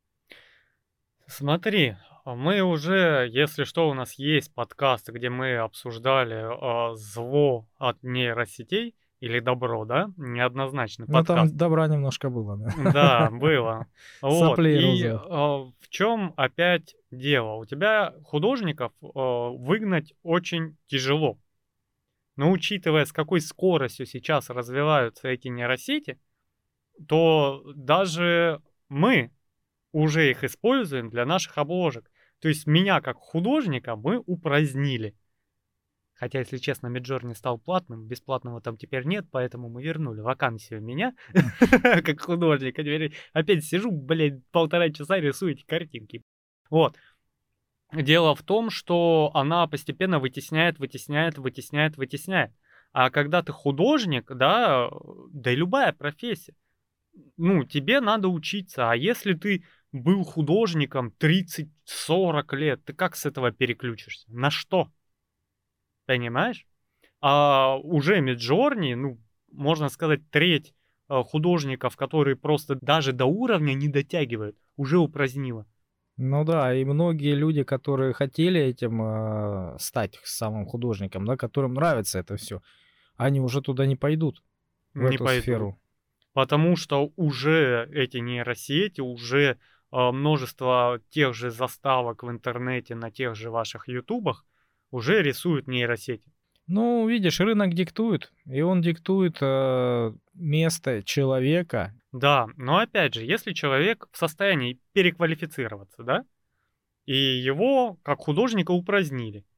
[SPEAKER 1] Смотри, мы уже, если что, у нас есть подкаст, где мы обсуждали зло от нейросетей или добро, да? Неоднозначный
[SPEAKER 2] Но
[SPEAKER 1] подкаст.
[SPEAKER 2] там добра немножко было, да.
[SPEAKER 1] Да, было. Вот.
[SPEAKER 2] Соплей
[SPEAKER 1] И
[SPEAKER 2] розовых.
[SPEAKER 1] в чем опять дело? У тебя художников выгнать очень тяжело. Но учитывая, с какой скоростью сейчас развиваются эти нейросети, то даже мы уже их используем для наших обложек. То есть меня как художника мы упразднили. Хотя, если честно, Midjourney стал платным, бесплатного там теперь нет, поэтому мы вернули вакансию меня как художника. Теперь опять сижу, блядь, 1,5 часа рисую эти картинки. Вот. Дело в том, что она постепенно вытесняет. А когда ты художник, да, да и любая профессия, ну, тебе надо учиться. А если ты был художником 30-40 лет, ты как с этого переключишься? На что? Понимаешь? А уже Midjourney, ну, можно сказать, треть художников, которые просто даже до уровня не дотягивают, уже упразднила.
[SPEAKER 2] Ну да, и многие люди, которые хотели этим стать самым художником, да, которым нравится это все, они уже туда не пойдут, в
[SPEAKER 1] Не
[SPEAKER 2] эту
[SPEAKER 1] пойдут.
[SPEAKER 2] сферу.
[SPEAKER 1] Потому что уже эти нейросети, уже множество тех же заставок в интернете на тех же ваших ютубах уже рисуют нейросети.
[SPEAKER 2] Ну, видишь, рынок диктует, и он диктует место человека.
[SPEAKER 1] Да, но опять же, если человек в состоянии переквалифицироваться, да, и его как художника упразднили,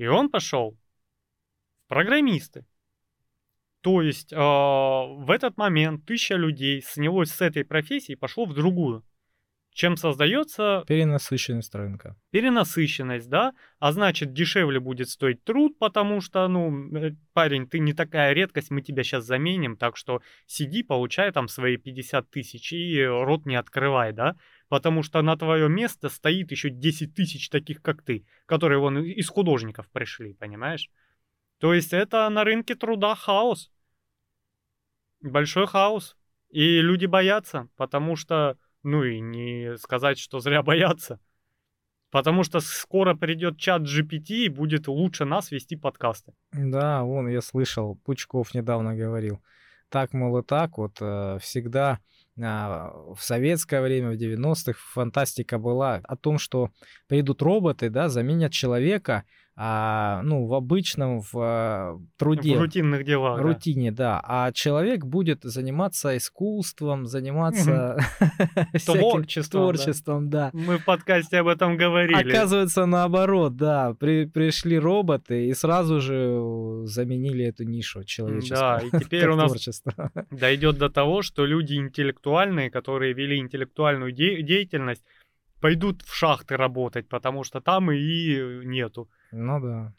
[SPEAKER 1] И он пошел в программисты. То есть в этот момент 1000 людей снялось с этой профессии и пошло в другую. Чем создается
[SPEAKER 2] Перенасыщенность рынка.
[SPEAKER 1] перенасыщенность, да, а значит дешевле будет стоить труд, потому что, парень, ты не такая редкость, мы тебя сейчас заменим, так что сиди, получай там свои 50 тысяч и рот не открывай, да, потому что на твое место стоит еще 10 тысяч таких, как ты, которые вон из художников пришли, понимаешь? То есть это на рынке труда хаос, большой хаос, и люди боятся, потому что, и не сказать, что зря боятся. Потому что скоро придет чат GPT и будет лучше нас вести подкасты.
[SPEAKER 2] Да, вон я слышал, Пучков недавно говорил. Так, мол, и так вот всегда в советское время, в 90-х фантастика была о том, что придут роботы, да, заменят человека, в обычном
[SPEAKER 1] В
[SPEAKER 2] труде,
[SPEAKER 1] рутинных делах, да.
[SPEAKER 2] рутине, да, а человек будет заниматься искусством,
[SPEAKER 1] Мгм.
[SPEAKER 2] заниматься всяким
[SPEAKER 1] Творчеством, да.
[SPEAKER 2] творчеством, да.
[SPEAKER 1] Мы в подкасте об этом говорили.
[SPEAKER 2] Оказывается, наоборот, да, пришли роботы и сразу же заменили эту нишу человеческую,
[SPEAKER 1] Да, и теперь
[SPEAKER 2] как
[SPEAKER 1] у нас
[SPEAKER 2] творчество.
[SPEAKER 1] дойдет до того, что люди интеллектуальные, которые вели интеллектуальную деятельность, пойдут в шахты работать, потому что там и нету.
[SPEAKER 2] Ну да.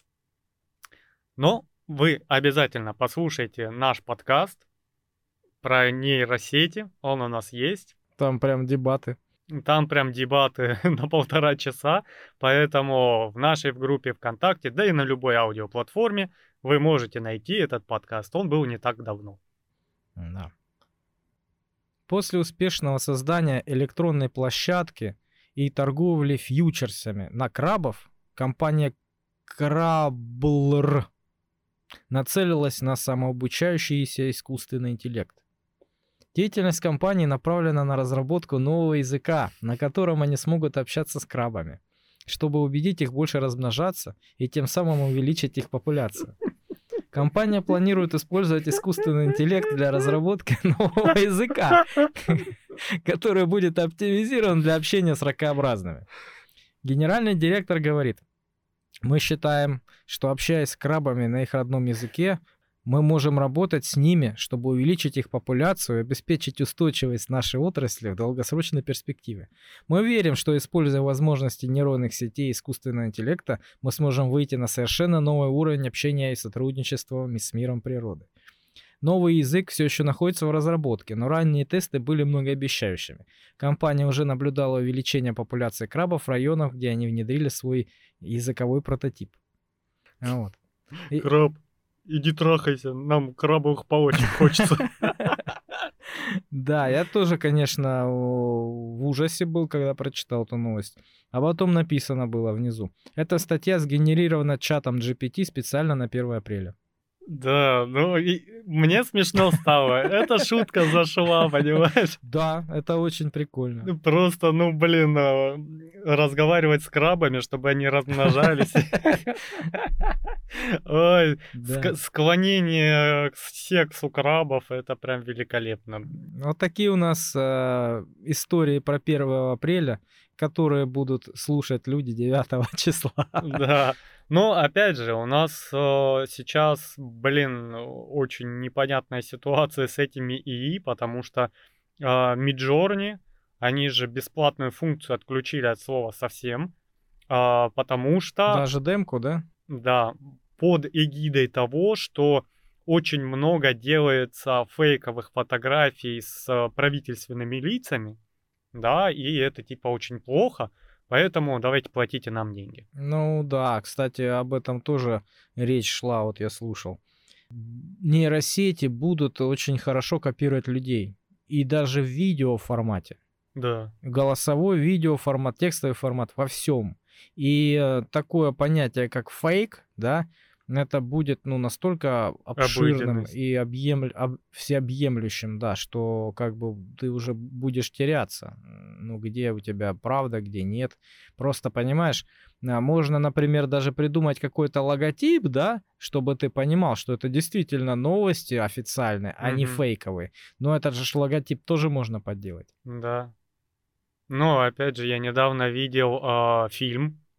[SPEAKER 1] Но вы обязательно послушайте наш подкаст про нейросети, он у нас есть.
[SPEAKER 2] Там прям дебаты.
[SPEAKER 1] Там прям дебаты на 1,5 часа, поэтому в нашей группе ВКонтакте, да и на любой аудиоплатформе вы можете найти этот подкаст. Он был не так давно.
[SPEAKER 2] Да. После успешного создания электронной площадки и торговли фьючерсами на крабов, компания Krabbler нацелилась на самообучающийся искусственный интеллект. Деятельность компании направлена на разработку нового языка, на котором они смогут общаться с крабами, чтобы убедить их больше размножаться и тем самым увеличить их популяцию. Компания планирует использовать искусственный интеллект для разработки нового языка, который будет оптимизирован для общения с ракообразными. Генеральный директор говорит: мы считаем, что общаясь с крабами на их родном языке, мы можем работать с ними, чтобы увеличить их популяцию и обеспечить устойчивость нашей отрасли в долгосрочной перспективе. Мы верим, что, используя возможности нейронных сетей и искусственного интеллекта, мы сможем выйти на совершенно новый уровень общения и сотрудничества с миром природы. Новый язык все еще находится в разработке, но ранние тесты были многообещающими. Компания уже наблюдала увеличение популяции крабов в районах, где они внедрили свой языковой прототип. Вот.
[SPEAKER 1] Краб, иди трахайся, нам крабовых палочек хочется.
[SPEAKER 2] Да, я тоже, конечно, в ужасе был, когда прочитал эту новость. А потом написано было внизу: эта статья сгенерирована чатом GPT специально на 1 апреля.
[SPEAKER 1] Да, мне смешно стало. Эта шутка зашла, понимаешь?
[SPEAKER 2] Да, это очень прикольно.
[SPEAKER 1] Просто, разговаривать с крабами, чтобы они размножались. Ой,
[SPEAKER 2] Да.
[SPEAKER 1] склонение к сексу крабов, это прям великолепно.
[SPEAKER 2] Вот такие у нас истории про 1 апреля, которые будут слушать люди 9 числа.
[SPEAKER 1] Да. Но опять же, у нас сейчас, очень непонятная ситуация с этими ИИ, потому что Midjourney, они же бесплатную функцию отключили от слова совсем, потому что,
[SPEAKER 2] Даже демку, да?
[SPEAKER 1] да, под эгидой того, что очень много делается фейковых фотографий с правительственными лицами, да, и это типа очень плохо. Поэтому давайте платите нам деньги.
[SPEAKER 2] Ну да, кстати, об этом тоже речь шла, вот я слушал. Нейросети будут очень хорошо копировать людей. И даже в видеоформате.
[SPEAKER 1] Да.
[SPEAKER 2] Голосовой, видеоформат, текстовый формат, во всем. И такое понятие, как фейк, да, это будет настолько обширным
[SPEAKER 1] Обыденность.
[SPEAKER 2] и всеобъемлющим, да, что как бы ты уже будешь теряться. Где у тебя правда, где нет. Просто, понимаешь, можно, например, даже придумать какой-то логотип, да, чтобы ты понимал, что это действительно новости официальные, а не
[SPEAKER 1] Мгм.
[SPEAKER 2] фейковые. Но этот же логотип тоже можно подделать.
[SPEAKER 1] Да. Но опять же, я недавно видел фильм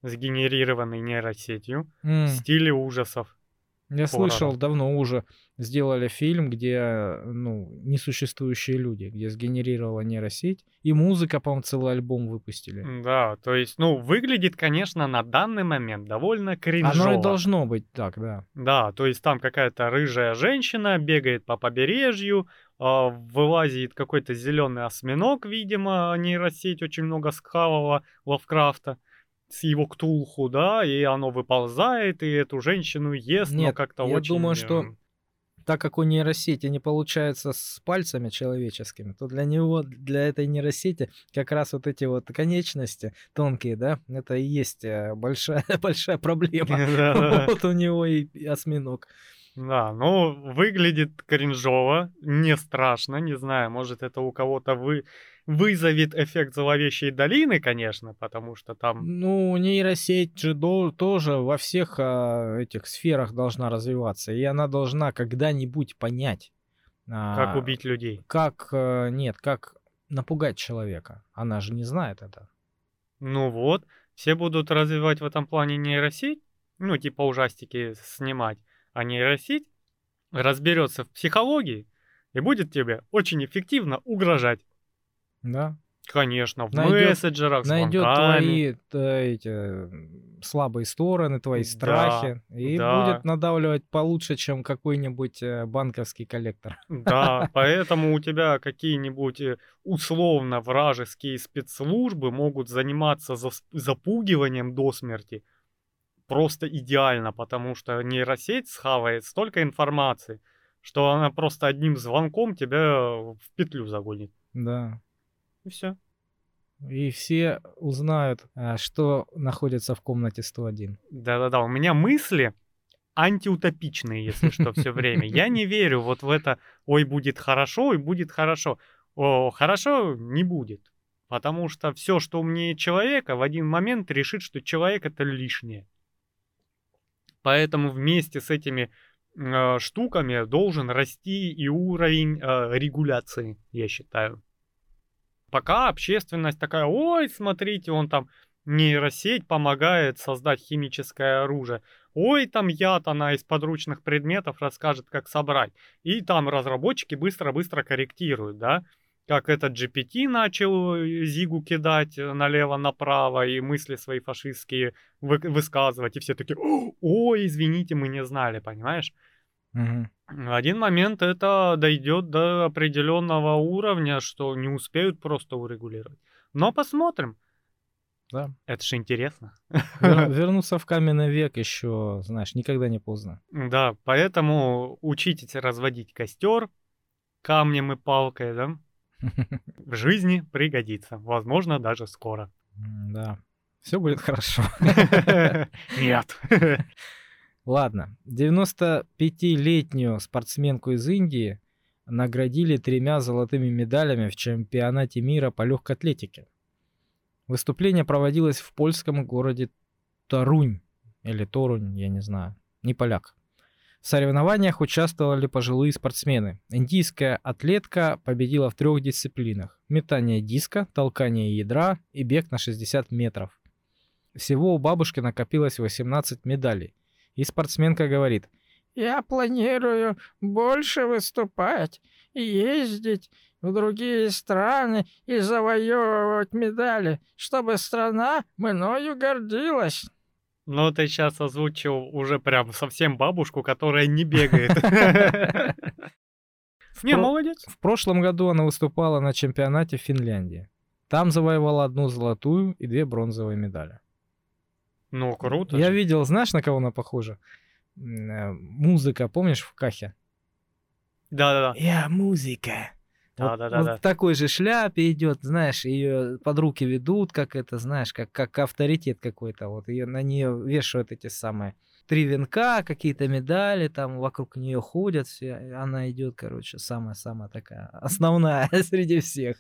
[SPEAKER 1] сгенерированный нейросетью в
[SPEAKER 2] М,
[SPEAKER 1] стиле ужасов,
[SPEAKER 2] Я
[SPEAKER 1] хоррора.
[SPEAKER 2] слышал, давно уже сделали фильм, где, ну, несуществующие люди, где сгенерировала нейросеть, и музыка, по-моему, целый альбом выпустили.
[SPEAKER 1] Да, то есть, ну, выглядит, конечно, на данный момент довольно
[SPEAKER 2] Оно и
[SPEAKER 1] кринжово.
[SPEAKER 2] должно быть так, да.
[SPEAKER 1] Да, то есть там какая-то рыжая женщина бегает по побережью, вылазит какой-то зеленый осьминог, видимо, нейросеть очень много схавала Лавкрафта с его ктулху, да, и оно выползает, и эту женщину ест, но
[SPEAKER 2] Нет,
[SPEAKER 1] как-то
[SPEAKER 2] я
[SPEAKER 1] очень...
[SPEAKER 2] думаю, что так как у нейросети не получается с пальцами человеческими, то для него, для этой нейросети как раз вот эти вот конечности тонкие, да, это и есть большая, большая проблема.
[SPEAKER 1] Да-да-да.
[SPEAKER 2] Вот у него и осьминог.
[SPEAKER 1] Да, ну, выглядит кринжово, не страшно, не знаю, может, это у кого-то вызовет эффект зловещей долины, конечно, потому что там
[SPEAKER 2] Ну, нейросеть же тоже во всех этих сферах должна развиваться, и она должна когда-нибудь понять,
[SPEAKER 1] как
[SPEAKER 2] а,
[SPEAKER 1] убить людей.
[SPEAKER 2] как, нет, как напугать человека. Она же не знает это.
[SPEAKER 1] Ну вот, все будут развивать в этом плане нейросеть, ну, типа ужастики снимать, а нейросеть разберется в психологии и будет тебе очень эффективно угрожать.
[SPEAKER 2] Да.
[SPEAKER 1] Конечно, в
[SPEAKER 2] Найдет,
[SPEAKER 1] мессенджерах,
[SPEAKER 2] найдет
[SPEAKER 1] звонками.
[SPEAKER 2] твои эти слабые стороны, твои
[SPEAKER 1] Да,
[SPEAKER 2] страхи, и будет
[SPEAKER 1] да.
[SPEAKER 2] надавливать получше, чем какой-нибудь банковский коллектор.
[SPEAKER 1] Да, поэтому у тебя какие-нибудь условно вражеские спецслужбы могут заниматься запугиванием до смерти просто идеально, потому что нейросеть схавает столько информации, что она просто одним звонком тебя в петлю загонит.
[SPEAKER 2] Да.
[SPEAKER 1] И все.
[SPEAKER 2] И все узнают, что находится в комнате 101.
[SPEAKER 1] Да-да-да, у меня мысли антиутопичные, если что, все время. Я не верю вот в это «ой, будет хорошо, ой, будет хорошо». О, хорошо не будет. Потому что все, что умнее человека, в один момент решит, что человек это лишнее. Поэтому вместе с этими штуками должен расти и уровень регуляции, я считаю. Пока общественность такая: ой, смотрите, он там нейросеть помогает создать химическое оружие. Ой, там яд она из подручных предметов расскажет, как собрать. И там разработчики быстро-быстро корректируют, да. Как этот GPT начал Зигу кидать налево-направо и мысли свои фашистские высказывать. И все такие: ой, извините, мы не знали, понимаешь?
[SPEAKER 2] Мгм.
[SPEAKER 1] В один момент это дойдет до определенного уровня, что не успеют просто урегулировать. Но посмотрим.
[SPEAKER 2] Да.
[SPEAKER 1] Это же интересно.
[SPEAKER 2] Вернуться в каменный век еще, знаешь, никогда не поздно.
[SPEAKER 1] Да, поэтому учитесь разводить костер камнем и палкой, да? В жизни пригодится. Возможно, даже скоро.
[SPEAKER 2] Да. Все будет хорошо.
[SPEAKER 1] Нет.
[SPEAKER 2] Ладно. 95-летнюю спортсменку из Индии наградили 3 золотыми медалями в чемпионате мира по легкой атлетике. Выступление проводилось в польском городе Торунь. Или Торунь, я не знаю. Не поляк. В соревнованиях участвовали пожилые спортсмены. Индийская атлетка победила в 3 дисциплинах. Метание диска, толкание ядра и бег на 60 метров. Всего у бабушки накопилось 18 медалей. И спортсменка говорит: «Я планирую больше выступать, ездить в другие страны и завоевывать медали, чтобы страна мною гордилась».
[SPEAKER 1] Но ты сейчас озвучил уже прям совсем бабушку, которая не бегает. Не, молодец.
[SPEAKER 2] В прошлом году она выступала на чемпионате в Финляндии. Там завоевала 1 золотую и 2 бронзовые медали.
[SPEAKER 1] Ну, круто
[SPEAKER 2] Я
[SPEAKER 1] же.
[SPEAKER 2] видел, знаешь, на кого она похожа? Музыка, помнишь, в Кахе?
[SPEAKER 1] Да-да-да.
[SPEAKER 2] Я музыка. Вот
[SPEAKER 1] Да-да-да-да.
[SPEAKER 2] в такой же шляпе идет, знаешь, ее под руки ведут, как это, знаешь, как авторитет какой-то. Вот ее на нее вешают эти самые 3 венка, какие-то медали, там вокруг нее ходят все. Она идет, короче, самая-самая такая основная среди всех.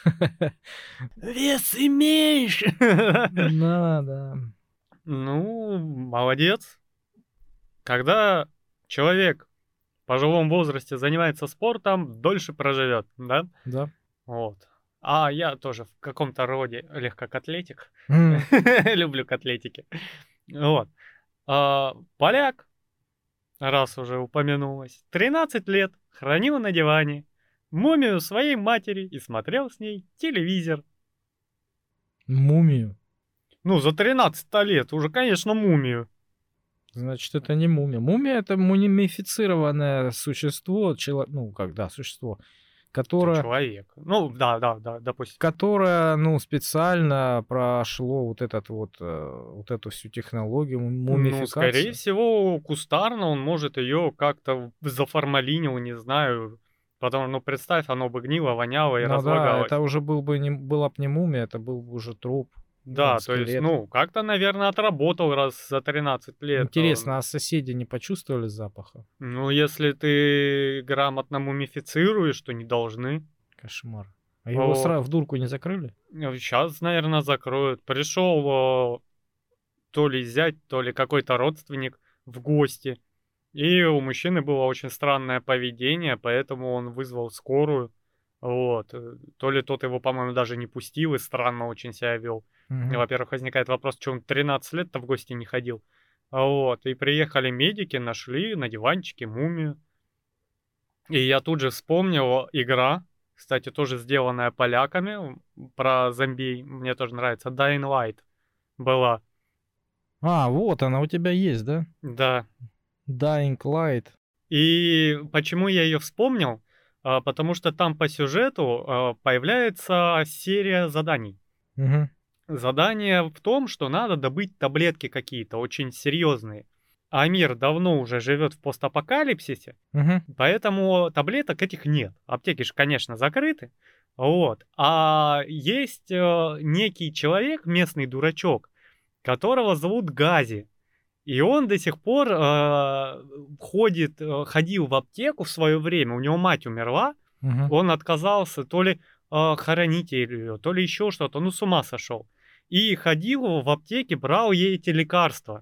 [SPEAKER 1] Вес имеешь!
[SPEAKER 2] Да, да.
[SPEAKER 1] Ну, молодец. Когда человек в пожилом возрасте занимается спортом, дольше проживет, да?
[SPEAKER 2] Да.
[SPEAKER 1] Вот. А я тоже в каком-то роде легкокотлетик.
[SPEAKER 2] М,
[SPEAKER 1] Люблю котлетики. Вот. Поляк, раз уже упомянулось, 13 лет хранил на диване мумию своей матери и смотрел с ней телевизор.
[SPEAKER 2] Мумию.
[SPEAKER 1] Ну, за 13 лет уже, конечно, мумию.
[SPEAKER 2] Значит, это не мумия. Мумия — это мумифицированное существо, ну, как, да, существо,
[SPEAKER 1] Это
[SPEAKER 2] которое,
[SPEAKER 1] человек. Ну, да, допустим.
[SPEAKER 2] которое, ну, специально прошло вот эту всю технологию
[SPEAKER 1] Ну, скорее
[SPEAKER 2] мумификации.
[SPEAKER 1] всего, кустарно он может ее как-то заформалинил, не знаю. Потому, ну, представь, оно бы гнило, воняло и
[SPEAKER 2] Ну да,
[SPEAKER 1] разлагалось.
[SPEAKER 2] это уже была бы не мумия, это был бы уже труп, ну,
[SPEAKER 1] Да, то есть,
[SPEAKER 2] скелет.
[SPEAKER 1] ну, как-то, наверное, отработал раз за 13 лет.
[SPEAKER 2] Интересно, а соседи не почувствовали запаха?
[SPEAKER 1] Ну, если ты грамотно мумифицируешь, то не должны.
[SPEAKER 2] Кошмар. А его
[SPEAKER 1] Вот.
[SPEAKER 2] сразу в дурку не закрыли?
[SPEAKER 1] Сейчас, наверное, закроют. Пришел то ли зять, то ли какой-то родственник в гости. И у мужчины было очень странное поведение, поэтому он вызвал скорую. Вот. То ли тот его, по-моему, даже не пустил и странно очень себя вел.
[SPEAKER 2] Мгм.
[SPEAKER 1] Во-первых, возникает вопрос, что он 13 лет-то в гости не ходил. Вот. И приехали медики, нашли на диванчике мумию. И я тут же вспомнил игра, кстати, тоже сделанная поляками, про зомби. Мне тоже нравится. Dying Light была.
[SPEAKER 2] А, вот она у тебя есть, да?
[SPEAKER 1] Да.
[SPEAKER 2] Dying Light.
[SPEAKER 1] И почему я ее вспомнил? Потому что там по сюжету появляется серия заданий.
[SPEAKER 2] Мгм.
[SPEAKER 1] Задание в том, что надо добыть таблетки какие-то очень серьезные. А мир давно уже живет в постапокалипсисе,
[SPEAKER 2] Мгм.
[SPEAKER 1] поэтому таблеток этих нет. Аптеки же, конечно, закрыты. Вот. А есть некий человек, местный дурачок, которого зовут Гази. И он до сих пор ходил в аптеку в свое время. У него мать умерла.
[SPEAKER 2] Мгм.
[SPEAKER 1] Он отказался то ли хоронить ее, то ли еще что-то. Ну, с ума сошел. И ходил в аптеке, брал ей эти лекарства.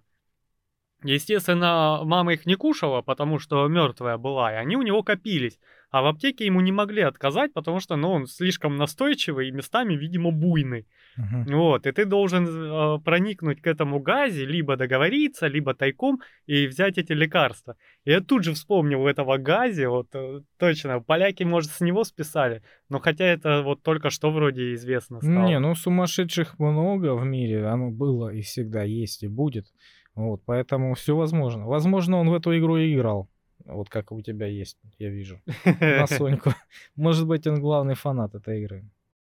[SPEAKER 1] Естественно, мама их не кушала, потому что мертвая была, и они у него копились. А в аптеке ему не могли отказать, потому что, ну, он слишком настойчивый и местами, видимо, буйный.
[SPEAKER 2] Мгм.
[SPEAKER 1] Вот, и ты должен проникнуть к этому газе, либо договориться, либо тайком и взять эти лекарства. И я тут же вспомнил этого газе, вот точно, поляки, может, с него списали, но хотя это вот только что вроде известно
[SPEAKER 2] Не,
[SPEAKER 1] стало.
[SPEAKER 2] ну сумасшедших много в мире, оно было и всегда есть и будет. Вот, поэтому все возможно. Возможно, он в эту игру и играл. Вот как у тебя есть, я вижу. На Соньку. Может быть, он главный фанат этой игры.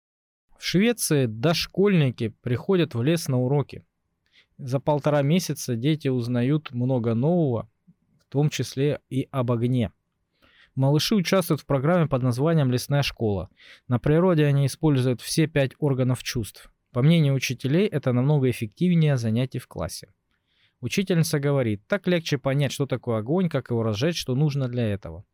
[SPEAKER 2] В Швеции дошкольники приходят в лес на уроки. За 1,5 месяца дети узнают много нового, в том числе и об огне. Малыши участвуют в программе под названием «Лесная школа». На природе они используют все 5 органов чувств. По мнению учителей, это намного эффективнее занятий в классе. Учительница говорит, так легче понять, что такое огонь, как его разжечь, что нужно для этого.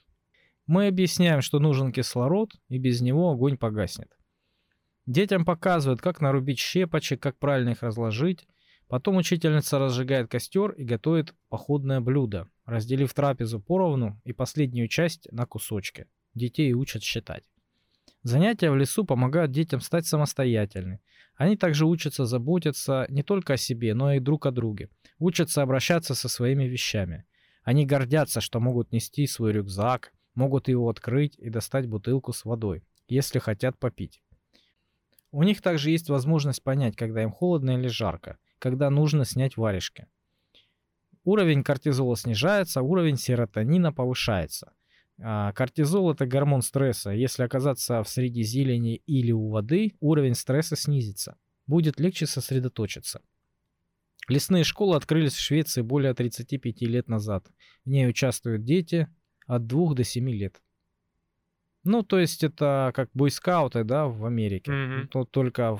[SPEAKER 2] Мы объясняем, что нужен кислород, и без него огонь погаснет. Детям показывают, как нарубить щепочек, как правильно их разложить. Потом учительница разжигает костер и готовит походное блюдо, разделив трапезу поровну и последнюю часть на кусочки. Детей учат считать. Занятия в лесу помогают детям стать самостоятельными. Они также учатся заботиться не только о себе, но и друг о друге. Учатся обращаться со своими вещами. Они гордятся, что могут нести свой рюкзак, могут его открыть и достать бутылку с водой, если хотят попить. У них также есть возможность понять, когда им холодно или жарко, когда нужно снять варежки. Уровень кортизола снижается, уровень серотонина повышается. Кортизол — это гормон стресса. Если оказаться в среди зелени или у воды, уровень стресса снизится. Будет легче сосредоточиться. Лесные школы открылись в Швеции более 35 лет назад. В ней участвуют дети от 2 до 7 лет. Ну, то есть это как бойскауты, да, в Америке.
[SPEAKER 1] Мгм.
[SPEAKER 2] Но только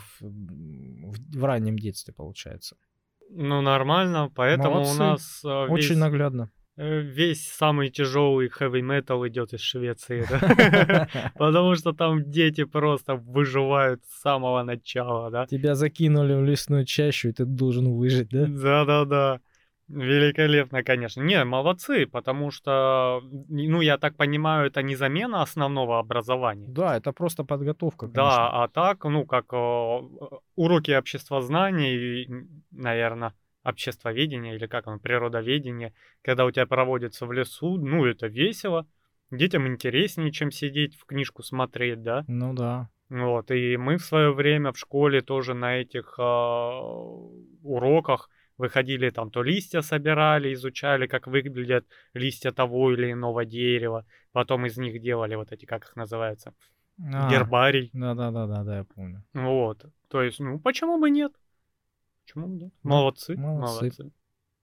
[SPEAKER 2] в раннем детстве получается.
[SPEAKER 1] Ну, нормально, поэтому у
[SPEAKER 2] Молодцы.
[SPEAKER 1] нас
[SPEAKER 2] Очень наглядно.
[SPEAKER 1] весь самый тяжелый heavy metal идет из Швеции, да? Потому что там дети просто выживают с самого начала, да?
[SPEAKER 2] Тебя закинули в лесную чащу, и ты должен выжить, да?
[SPEAKER 1] Да-да-да. Великолепно, конечно. Не, молодцы, потому что, ну, я так понимаю, это не замена основного образования.
[SPEAKER 2] Да, это просто подготовка, конечно.
[SPEAKER 1] Да, а так, ну, как уроки обществознания, наверное, обществоведения или как оно, природоведения, когда у тебя проводятся в лесу, ну, это весело. Детям интереснее, чем сидеть в книжку смотреть, да?
[SPEAKER 2] Ну да.
[SPEAKER 1] Вот, и мы в свое время в школе тоже на этих уроках выходили, там то листья собирали, изучали, как выглядят листья того или иного дерева, потом из них делали вот эти, как их называется, гербарий.
[SPEAKER 2] Да, я помню.
[SPEAKER 1] Вот, то есть, ну, почему бы нет? Почему бы нет?
[SPEAKER 2] Да,
[SPEAKER 1] Молодцы,
[SPEAKER 2] молодцы.
[SPEAKER 1] молодцы.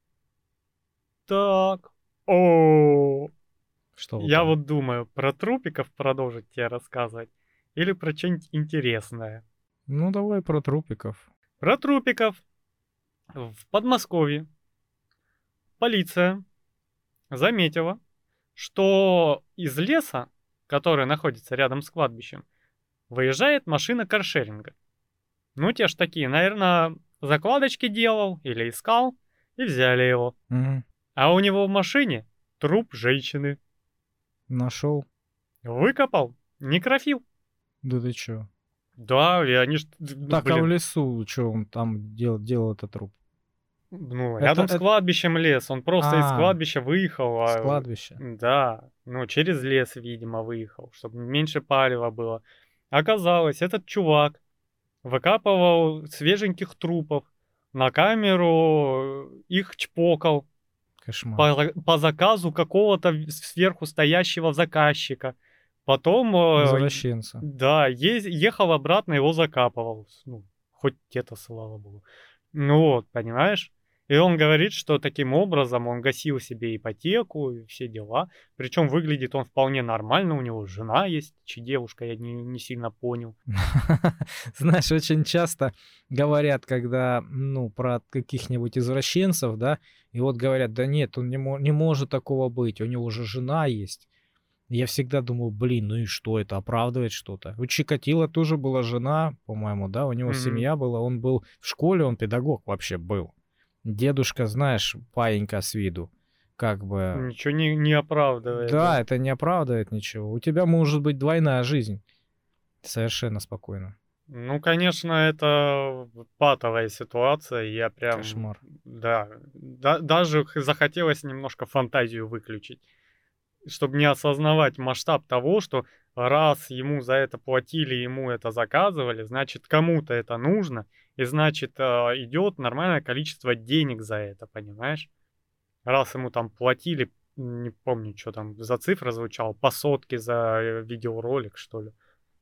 [SPEAKER 1] Так, о,
[SPEAKER 2] Что вы
[SPEAKER 1] я
[SPEAKER 2] там?
[SPEAKER 1] вот думаю, про трупиков продолжить тебе рассказывать или про что-нибудь интересное.
[SPEAKER 2] Ну, давай про трупиков.
[SPEAKER 1] Про трупиков. В Подмосковье полиция заметила, что из леса, который находится рядом с кладбищем, выезжает машина каршеринга. Ну, те ж такие, наверное, закладочки делал или искал, и взяли его.
[SPEAKER 2] Мгм.
[SPEAKER 1] А у него в машине труп женщины.
[SPEAKER 2] Нашел?
[SPEAKER 1] Выкопал некрофил.
[SPEAKER 2] Да ты чё?
[SPEAKER 1] Да, и они ж,
[SPEAKER 2] Так, а в
[SPEAKER 1] блин,
[SPEAKER 2] лесу что он там делал этот труп?
[SPEAKER 1] ну,
[SPEAKER 2] Это,
[SPEAKER 1] рядом с
[SPEAKER 2] это...
[SPEAKER 1] кладбищем лес. Он просто из
[SPEAKER 2] А,
[SPEAKER 1] кладбища выехал,
[SPEAKER 2] с кладбища.
[SPEAKER 1] да, ну, через лес, видимо, выехал, чтобы меньше палева было. Оказалось, этот чувак выкапывал свеженьких трупов, на камеру их чпокал
[SPEAKER 2] Кошмар.
[SPEAKER 1] по заказу какого-то сверху стоящего заказчика. Потом,
[SPEAKER 2] Извращенца.
[SPEAKER 1] да, ехал обратно, его закапывал. Ну, хоть это, слава богу. Ну вот, понимаешь? И он говорит, что таким образом он гасил себе ипотеку и все дела. Причем выглядит он вполне нормально, у него жена есть, чи девушка, я не сильно понял.
[SPEAKER 2] Знаешь, очень часто говорят, когда, ну, про каких-нибудь извращенцев, да, и вот говорят, да нет, он не может такого быть, у него же жена есть. Я всегда думал, блин, ну и что, это оправдывает что-то? У Чикатило тоже была жена, по-моему, да, у него
[SPEAKER 1] Мгм.
[SPEAKER 2] семья была, он был в школе, он педагог вообще был. Дедушка, знаешь, паинька с виду, как бы...
[SPEAKER 1] Ничего не оправдывает,
[SPEAKER 2] Да,
[SPEAKER 1] да.
[SPEAKER 2] это не оправдывает ничего. У тебя может быть двойная жизнь. Совершенно спокойно.
[SPEAKER 1] Ну, конечно, это патовая ситуация. Я прям,
[SPEAKER 2] Кошмар.
[SPEAKER 1] да, даже захотелось немножко фантазию выключить, чтобы не осознавать масштаб того, что раз ему за это платили, ему это заказывали, значит, кому-то это нужно, и значит, идет нормальное количество денег за это, понимаешь? Раз ему там платили, не помню, что там за цифра звучала, по сотке за видеоролик, что ли.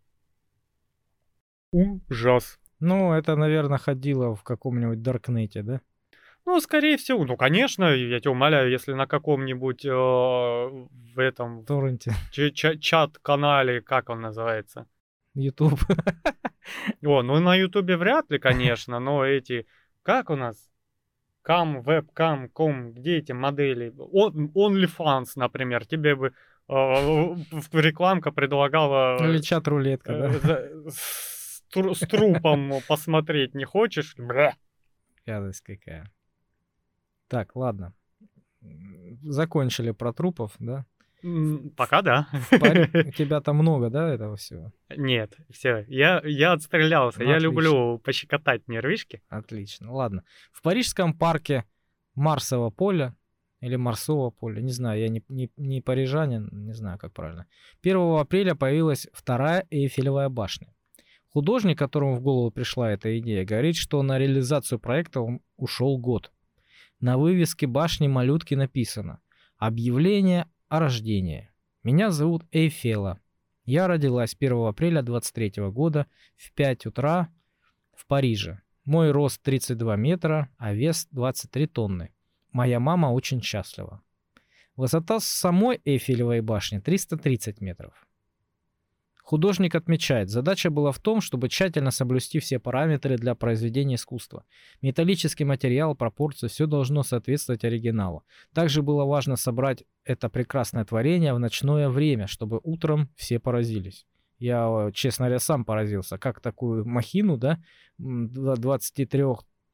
[SPEAKER 1] Ужас.
[SPEAKER 2] Ну, это, наверное, ходило в каком-нибудь Даркнете, да?
[SPEAKER 1] Ну, скорее всего, ну, конечно, я тебя умоляю, если на каком-нибудь в этом
[SPEAKER 2] Торренте,
[SPEAKER 1] чат-канале, как он называется?
[SPEAKER 2] Ютуб.
[SPEAKER 1] О, ну на Ютубе вряд ли, конечно, но эти, как у нас? Вебкам, где эти модели? OnlyFans, например, тебе бы рекламка предлагала
[SPEAKER 2] Или чат-рулетка, да?
[SPEAKER 1] с трупом посмотреть не хочешь? Бля.
[SPEAKER 2] Гадость какая. Так, ладно. Закончили про трупов, да?
[SPEAKER 1] Пока да.
[SPEAKER 2] У тебя там много, да, этого всего?
[SPEAKER 1] Нет, все, я отстрелялся.
[SPEAKER 2] Ну,
[SPEAKER 1] Я
[SPEAKER 2] отлично.
[SPEAKER 1] люблю пощекотать нервишки.
[SPEAKER 2] Отлично. Ладно. В парижском парке Марсово поле или Марсово поле, не знаю, я не парижанин, не знаю, как правильно. 1 апреля появилась вторая Эйфелевая башня. Художник, которому в голову пришла эта идея, говорит, что на реализацию проекта ушел год. На вывеске башни малютки написано «Объявление о рождении. Меня зовут Эйфела. Я родилась 1 апреля 23 года в 5 утра в Париже. Мой рост 32 метра, а вес 23 тонны. Моя мама очень счастлива». Высота самой Эйфелевой башни 330 метров. Художник отмечает, задача была в том, чтобы тщательно соблюсти все параметры для произведения искусства. Металлический материал, пропорции, все должно соответствовать оригиналу. Также было важно собрать это прекрасное творение в ночное время, чтобы утром все поразились. Я, честно говоря, сам поразился, как такую махину, да, 23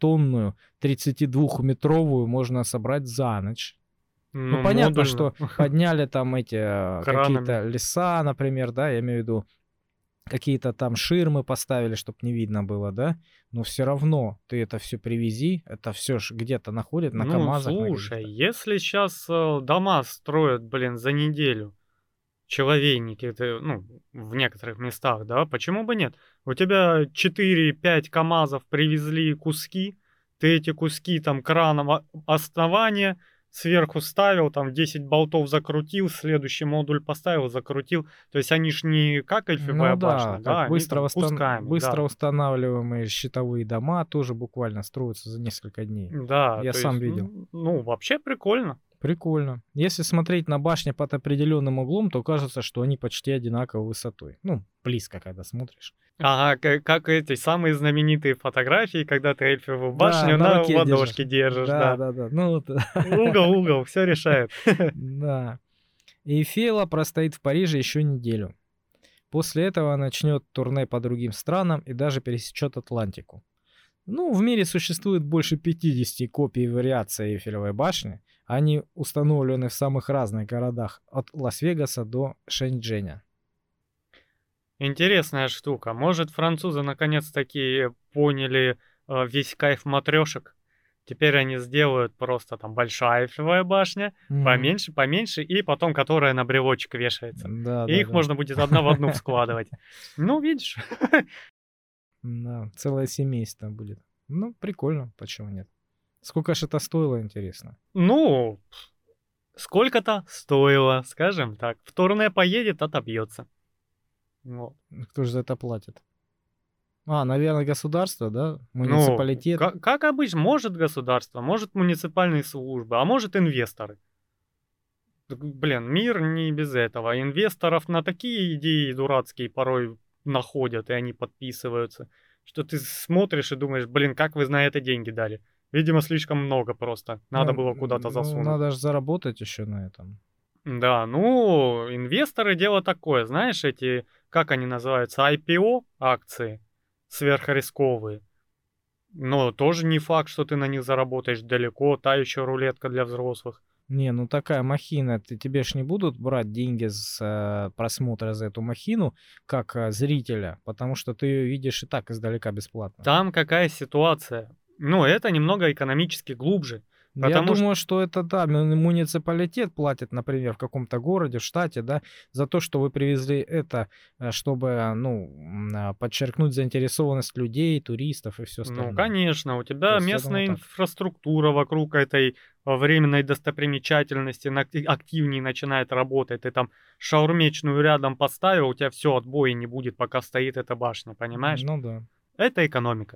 [SPEAKER 2] тонную 32-метровую можно собрать за ночь. Ну, понятно, что подняли там эти какие-то леса, например, да, я имею в виду, какие-то там ширмы поставили, чтобы не видно было, да, но все равно ты это все привези, это все ж где-то находит на КамАЗах.
[SPEAKER 1] Ну, слушай, если сейчас дома строят, блин, за неделю, человейники, ну, в некоторых местах, да, почему бы нет? У тебя 4-5 КамАЗов привезли куски, ты эти куски там краном основания сверху ставил, там 10 болтов закрутил, следующий модуль поставил, закрутил. То есть они ж не как эльфовая башня, да, они
[SPEAKER 2] быстро,
[SPEAKER 1] там кусками.
[SPEAKER 2] быстро устанавливаемые щитовые дома тоже буквально строятся за несколько дней.
[SPEAKER 1] Да,
[SPEAKER 2] я сам видел.
[SPEAKER 1] Ну, вообще прикольно.
[SPEAKER 2] Прикольно. Если смотреть на башни под определенным углом, то кажется, что они почти одинаковой высотой. Ну, близко, когда смотришь.
[SPEAKER 1] Ага, как эти самые знаменитые фотографии, когда ты эльфовую башню на ладошке держишь. Да.
[SPEAKER 2] Ну, вот.
[SPEAKER 1] Угол, все решает.
[SPEAKER 2] Да. Эйфела простоит в Париже еще неделю. После этого начнет турне по другим странам и даже пересечет Атлантику. Ну, в мире существует больше 50 копий вариаций Эйфелевой башни. Они установлены в самых разных городах, от Лас-Вегаса до Шэньчжэня.
[SPEAKER 1] Интересная штука. Может, французы наконец-таки поняли весь кайф матрешек? Теперь они сделают просто там большая Эйфелевая башня, поменьше, и потом которая на брелочек вешается. И их можно будет одна в одну складывать. Ну, видишь?
[SPEAKER 2] Да, целое семейство будет. Ну, прикольно, почему нет? Сколько же это стоило, интересно?
[SPEAKER 1] Ну, сколько-то стоило, скажем так. В турне поедет, отобьется. Вот.
[SPEAKER 2] Кто же за это платит? Наверное, государство, да? Муниципалитет.
[SPEAKER 1] Ну, как обычно, может государство, может муниципальные службы, а может инвесторы. Блин, мир не без этого. Инвесторов на такие идеи дурацкие порой находят, и они подписываются, что ты смотришь и думаешь, блин, как вы на это деньги дали? Видимо, слишком много просто. Надо было куда-то засунуть.
[SPEAKER 2] Надо же заработать еще на этом.
[SPEAKER 1] Да, ну, инвесторы дело такое, знаешь, эти, как они называются, IPO акции, сверхрисковые. Но тоже не факт, что ты на них заработаешь далеко, та еще рулетка для взрослых.
[SPEAKER 2] Не, ну такая махина, тебе ж не будут брать деньги с просмотра за эту махину, как зрителя, потому что ты ее видишь и так издалека бесплатно.
[SPEAKER 1] Там какая ситуация? Ну, это немного экономически глубже.
[SPEAKER 2] Я думаю, что это, да, муниципалитет платит, например, в каком-то городе, в штате, да, за то, что вы привезли это, чтобы, ну, подчеркнуть заинтересованность людей, туристов и все остальное.
[SPEAKER 1] Ну, конечно, у тебя местная инфраструктура вокруг этой временной достопримечательности активнее начинает работать. Ты там шаурмечную рядом поставил, у тебя все, отбоя не будет, пока стоит эта башня, понимаешь?
[SPEAKER 2] Ну да.
[SPEAKER 1] Это экономика.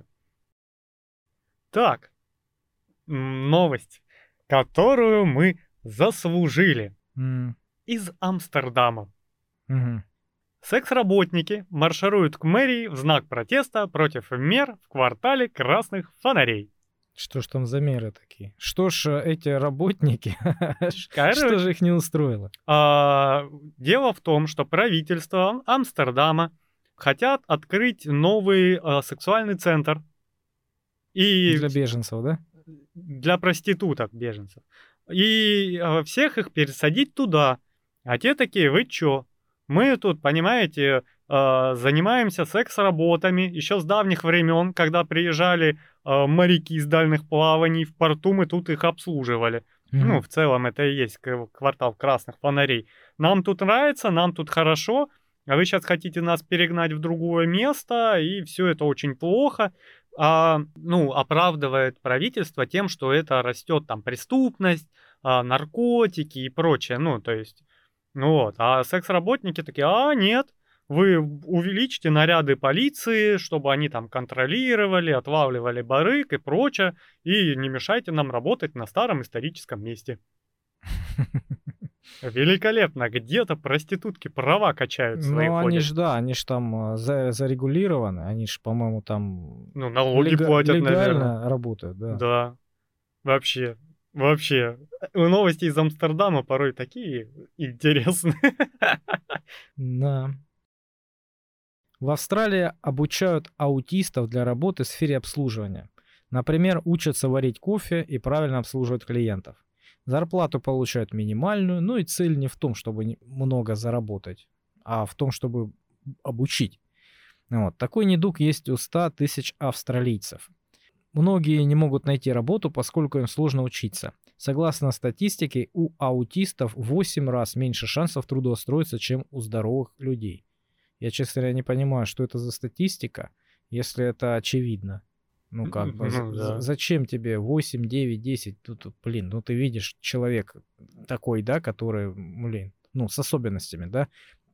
[SPEAKER 1] Так, новость, которую мы заслужили. Из Амстердама. Секс-работники маршируют к мэрии в знак протеста против мер в квартале красных фонарей.
[SPEAKER 2] Что ж там за меры такие? Что ж эти работники, что же их не устроило?
[SPEAKER 1] Дело в том, что правительство Амстердама хотят открыть новый сексуальный центр.
[SPEAKER 2] Для беженцев, да?
[SPEAKER 1] Для проституток беженцев. И всех их пересадить туда. А те такие, вы чё? Мы тут, понимаете, занимаемся секс-работами еще с давних времен, когда приезжали моряки из дальних плаваний в порту, мы тут их обслуживали. Ну, в целом это и есть квартал красных фонарей. Нам тут нравится, нам тут хорошо, а вы сейчас хотите нас перегнать в другое место, и все это очень плохо. Оправдывает правительство тем, что это растет там преступность, наркотики и прочее. Ну, то есть, а секс-работники такие, нет, вы увеличите наряды полиции, чтобы они там контролировали, отлавливали барыг и прочее, и не мешайте нам работать на старом историческом месте. Великолепно, где-то проститутки права качают свои.
[SPEAKER 2] Ну, они ж там зарегулированы, они ж, по-моему, там
[SPEAKER 1] налоги платят,
[SPEAKER 2] легально
[SPEAKER 1] наверное.
[SPEAKER 2] Работают, да.
[SPEAKER 1] Да, вообще. Новости из Амстердама порой такие интересные.
[SPEAKER 2] Да. В Австралии обучают аутистов для работы в сфере обслуживания. Например, учатся варить кофе и правильно обслуживать клиентов. Зарплату получают минимальную, ну и цель не в том, чтобы много заработать, а в том, чтобы обучить. Вот. Такой недуг есть у 100 тысяч австралийцев. Многие не могут найти работу, поскольку им сложно учиться. Согласно статистике, у аутистов в 8 раз меньше шансов трудоустроиться, чем у здоровых людей. Я, честно говоря, не понимаю, что это за статистика, если это очевидно. Ну как бы,
[SPEAKER 1] Ну да.
[SPEAKER 2] зачем тебе 8, 9, 10? Тут, блин, ну ты видишь человек такой, да, который, блин, ну с особенностями, да,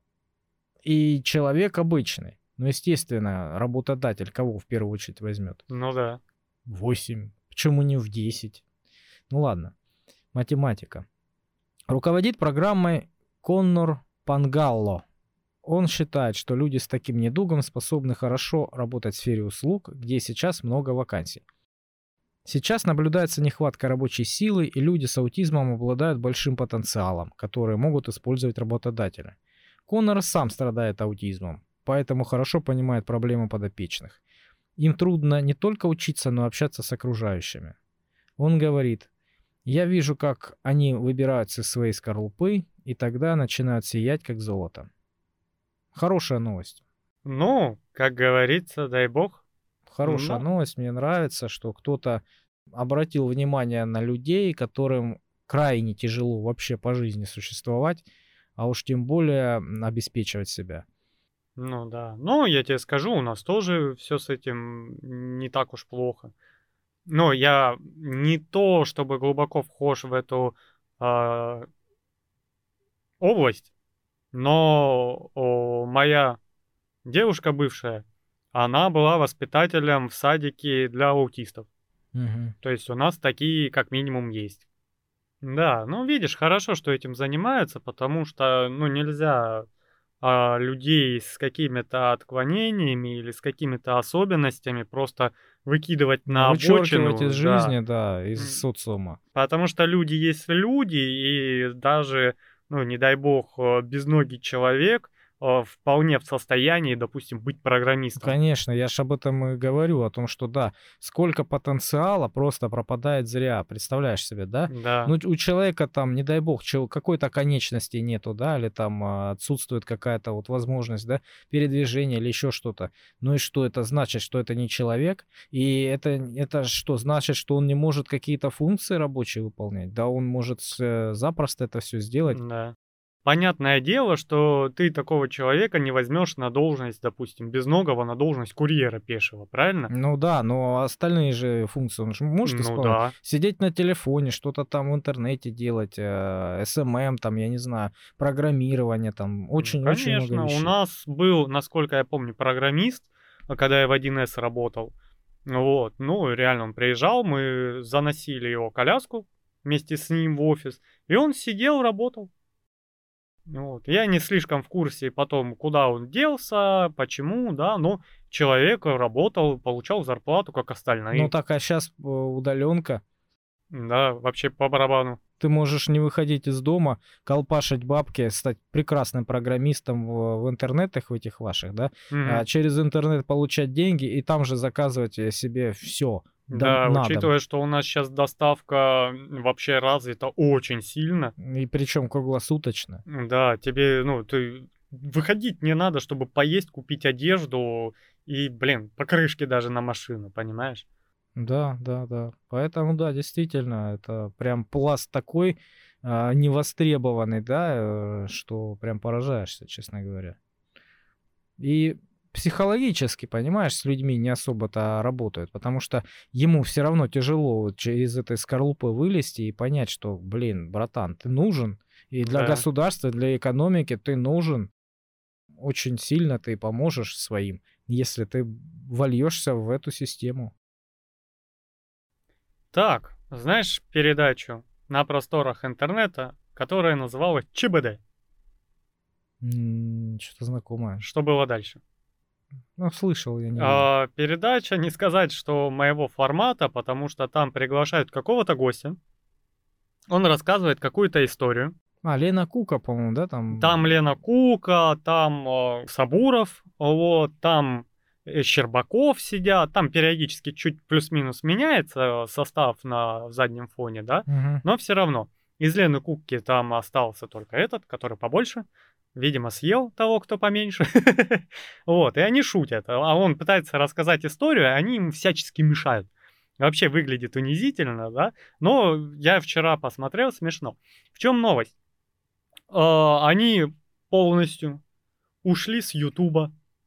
[SPEAKER 2] и человек обычный. Ну, естественно, работодатель кого в первую очередь возьмет?
[SPEAKER 1] Ну да.
[SPEAKER 2] 8. Почему не в 10? Ну ладно. Математика. Руководит программой Коннор Пангалло. Он считает, что люди с таким недугом способны хорошо работать в сфере услуг, где сейчас много вакансий. Сейчас наблюдается нехватка рабочей силы, и люди с аутизмом обладают большим потенциалом, который могут использовать работодатели. Коннор сам страдает аутизмом, поэтому хорошо понимает проблемы подопечных. Им трудно не только учиться, но и общаться с окружающими. Он говорит: «Я вижу, как они выбираются из своей скорлупы, и тогда начинают сиять, как золото». Хорошая новость.
[SPEAKER 1] Ну, как говорится, дай бог.
[SPEAKER 2] Хорошая
[SPEAKER 1] Но
[SPEAKER 2] новость. Мне нравится, что кто-то обратил внимание на людей, которым крайне тяжело вообще по жизни существовать, а уж тем более обеспечивать себя.
[SPEAKER 1] Ну да. Ну, я тебе скажу, у нас тоже все с этим не так уж плохо. Но я не то, чтобы глубоко вхож в эту а, область, но моя девушка бывшая, она была воспитателем в садике для аутистов.
[SPEAKER 2] Мгм.
[SPEAKER 1] То есть у нас такие как минимум есть. Да, ну видишь, хорошо, что этим занимаются, потому что, ну, нельзя людей с какими-то отклонениями или с какими-то особенностями просто выкидывать на
[SPEAKER 2] Вычеркивать
[SPEAKER 1] обочину,
[SPEAKER 2] из
[SPEAKER 1] да.
[SPEAKER 2] жизни, да, из
[SPEAKER 1] М,
[SPEAKER 2] социума.
[SPEAKER 1] Потому что люди есть люди, и даже, ну, не дай бог, безногий человек вполне в состоянии, допустим, быть программистом.
[SPEAKER 2] Конечно, я ж об этом и говорю, о том, что да, сколько потенциала просто пропадает зря, представляешь себе, да?
[SPEAKER 1] Да,
[SPEAKER 2] Ну, у человека там, не дай бог, какой-то конечности нету, да, или там отсутствует какая-то вот возможность, да, передвижения или еще что-то. Ну и что это значит, что это не человек? И это что, значит, что он не может какие-то функции рабочие выполнять? Да, он может запросто это все сделать.
[SPEAKER 1] да. Понятное дело, что ты такого человека не возьмешь на должность, допустим, безногого на должность курьера пешего, правильно?
[SPEAKER 2] Ну да, но остальные же функции он же может
[SPEAKER 1] Ну
[SPEAKER 2] исполнять.
[SPEAKER 1] да.
[SPEAKER 2] Сидеть на телефоне, что-то там в интернете делать, SMM, там, я не знаю, программирование, там, очень-очень много
[SPEAKER 1] Конечно, у
[SPEAKER 2] вещей.
[SPEAKER 1] нас был, насколько я помню, программист, когда я в 1С работал. Вот, ну, реально, он приезжал, мы заносили его коляску вместе с ним в офис, и он сидел, работал. Вот. Я не слишком в курсе потом, куда он делся, почему, да, но человек работал, получал зарплату, как
[SPEAKER 2] Ну
[SPEAKER 1] остальные.
[SPEAKER 2] так, а сейчас удаленка.
[SPEAKER 1] Да, вообще по барабану.
[SPEAKER 2] Ты можешь не выходить из дома, колпашить бабки, стать прекрасным программистом в интернетах в этих ваших, да,
[SPEAKER 1] Мгм.
[SPEAKER 2] через интернет получать деньги и там же заказывать себе все
[SPEAKER 1] Да,
[SPEAKER 2] на дом.
[SPEAKER 1] учитывая, что у нас сейчас доставка вообще развита очень сильно,
[SPEAKER 2] И причем круглосуточно.
[SPEAKER 1] да, тебе, ну, ты выходить не надо, чтобы поесть, купить одежду и, блин, покрышки даже на машину, понимаешь?
[SPEAKER 2] Да, да, да. Поэтому, да, действительно, это прям пласт такой невостребованный, да, что прям поражаешься, честно говоря. И психологически, понимаешь, с людьми не особо-то работают, потому что ему все равно тяжело вот из этой скорлупы вылезти и понять, что, блин, братан, ты нужен, и для
[SPEAKER 1] Да.
[SPEAKER 2] государства, для экономики ты нужен, очень сильно ты поможешь своим, если ты вольешься в эту систему.
[SPEAKER 1] Так, знаешь передачу на просторах интернета, которая называлась ЧБД?
[SPEAKER 2] Что-то знакомое.
[SPEAKER 1] Что было дальше?
[SPEAKER 2] Ну, слышал, я не видел.
[SPEAKER 1] Передача, не сказать, что моего формата, потому что там приглашают какого-то гостя, он рассказывает какую-то историю.
[SPEAKER 2] Лена Кука, по-моему, да, там?
[SPEAKER 1] Там Лена Кука, там Сабуров, вот, там Щербаков сидят, там периодически чуть плюс-минус меняется состав на заднем фоне, да,
[SPEAKER 2] Мгм.
[SPEAKER 1] но все равно. Из Лены Кукки там остался только этот, который побольше. Видимо, съел того, кто поменьше. Вот, и они шутят. А он пытается рассказать историю, а они ему всячески мешают. Вообще выглядит унизительно, да? Но я вчера посмотрел, смешно. В чем новость? Они полностью ушли с Ютуба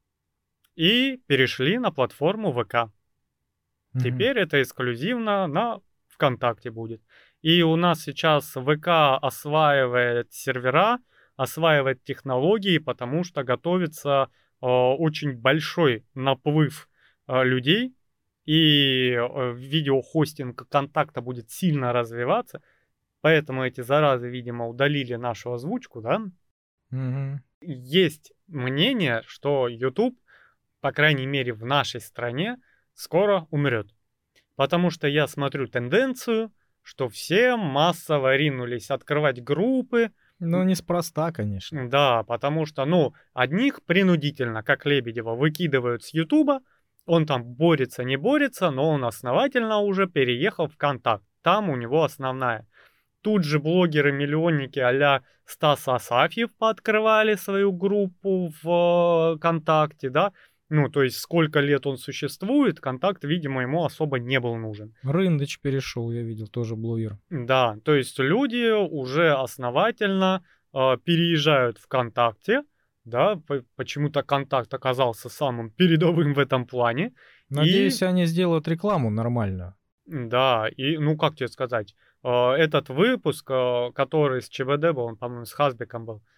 [SPEAKER 1] и перешли на платформу ВК.
[SPEAKER 2] Мгм.
[SPEAKER 1] Теперь это эксклюзивно на ВКонтакте будет. И у нас сейчас ВК осваивает сервера, осваивает технологии, потому что готовится очень большой наплыв людей, и видеохостинг контакта будет сильно развиваться. Поэтому эти заразы, видимо, удалили нашу озвучку, да?
[SPEAKER 2] Мгм.
[SPEAKER 1] Есть мнение, что YouTube, по крайней мере в нашей стране, скоро умрет. Потому что я смотрю тенденцию, что все массово ринулись открывать группы.
[SPEAKER 2] Ну, неспроста, конечно.
[SPEAKER 1] Да, потому что, одних принудительно, как Лебедева, выкидывают с Ютуба. Он там борется, не борется, но он основательно уже переехал в Контакт. Там у него основная. Тут же блогеры-миллионники а-ля Стас Асафьев пооткрывали свою группу в КонтакТе, да. То есть сколько лет он существует, Контакт, видимо, ему особо не был нужен.
[SPEAKER 2] Рындыч перешел, я видел, тоже блогер.
[SPEAKER 1] Да, то есть люди уже основательно переезжают в КонтакТе, да, почему-то Контакт оказался самым передовым в этом плане.
[SPEAKER 2] Надеюсь, они сделают рекламу нормальную.
[SPEAKER 1] Да, и, как тебе сказать, этот выпуск, который с ЧБД был, он, по-моему, с Хазбеком был,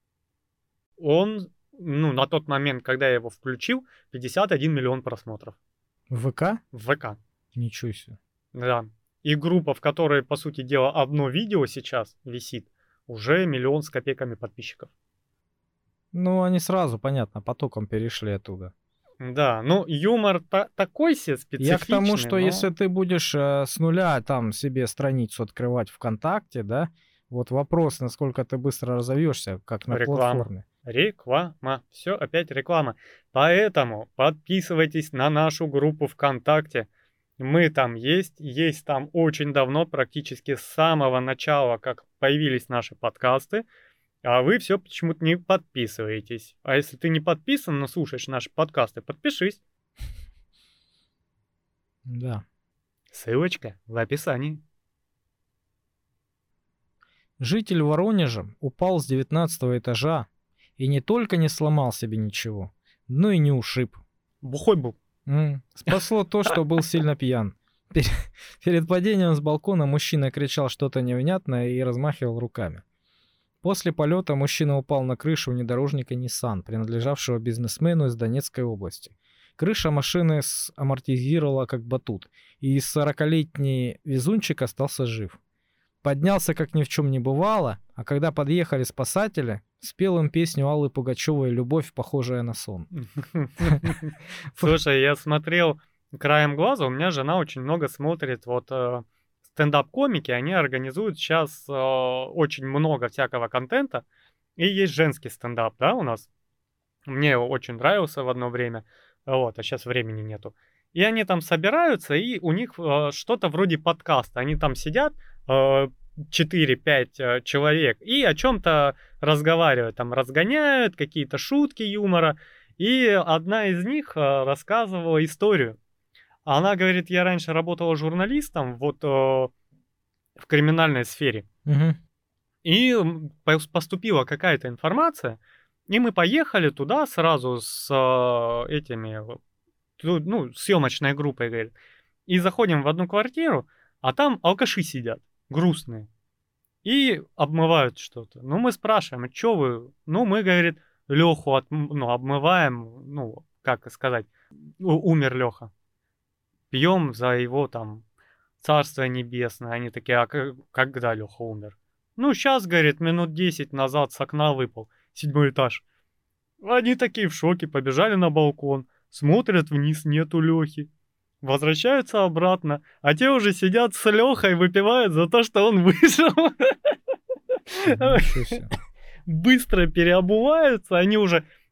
[SPEAKER 1] он, на тот момент, когда я его включил, 51 миллион просмотров.
[SPEAKER 2] В ВК?
[SPEAKER 1] В ВК.
[SPEAKER 2] Ничего себе.
[SPEAKER 1] Да. И группа, в которой, по сути дела, одно видео сейчас висит, уже 1 миллион с копейками подписчиков.
[SPEAKER 2] Ну, они сразу, понятно, потоком перешли оттуда.
[SPEAKER 1] Да, юмор такой себе специфичный.
[SPEAKER 2] Я к тому, что
[SPEAKER 1] но...
[SPEAKER 2] если ты будешь с нуля там себе страницу открывать ВКонтакте, да, вот вопрос, насколько ты быстро разовьешься, как на платформе.
[SPEAKER 1] Реклама. Все опять реклама. Поэтому подписывайтесь на нашу группу ВКонтакте. Мы там есть там очень давно, практически с самого начала, как появились наши подкасты. А вы все почему-то не подписываетесь. А если ты не подписан, но слушаешь наши подкасты, подпишись.
[SPEAKER 2] Да.
[SPEAKER 1] Ссылочка в описании.
[SPEAKER 2] Житель Воронежа упал с 19 этажа и не только не сломал себе ничего, но и не ушиб.
[SPEAKER 1] Бухой был.
[SPEAKER 2] Спасло то, что был сильно пьян. Перед падением с балкона мужчина кричал что-то невнятное и размахивал руками. После полета мужчина упал на крышу внедорожника Nissan, принадлежавшего бизнесмену из Донецкой области. Крыша машины амортизировала как батут, и 40-летний везунчик остался жив. Поднялся, как ни в чем не бывало, а когда подъехали спасатели, спел им песню Аллы Пугачевой «Любовь, похожая на сон».
[SPEAKER 1] Слушай, я смотрел краем глаза, у меня жена очень много смотрит стендап-комики, они организуют сейчас очень много всякого контента, и есть женский стендап, да, у нас. Мне очень нравился в одно время, а сейчас времени нету. И они там собираются, и у них что-то вроде подкаста, они там сидят, 4-5 человек, и о чем-то разговаривают, там разгоняют какие-то шутки юмора, и одна из них рассказывала историю. Она говорит, я раньше работала журналистом в криминальной сфере.
[SPEAKER 2] Угу.
[SPEAKER 1] И поступила какая-то информация, и мы поехали туда сразу с съемочной группой, говорит. И заходим в одну квартиру, а там алкаши сидят, грустные. И обмывают что-то. Мы спрашиваем, что вы? Мы, говорит, Леху обмываем, как сказать, умер Леха. Пьем за его там царство небесное. Они такие, а когда Леха умер? Сейчас, говорит, минут 10 назад с окна выпал. 7-й этаж. Они такие в шоке, побежали на балкон. Смотрят вниз, нету Лехи. Возвращаются обратно. А те уже сидят с Лехой, выпивают за то, что он вышел. Быстро переобуваются. Они уже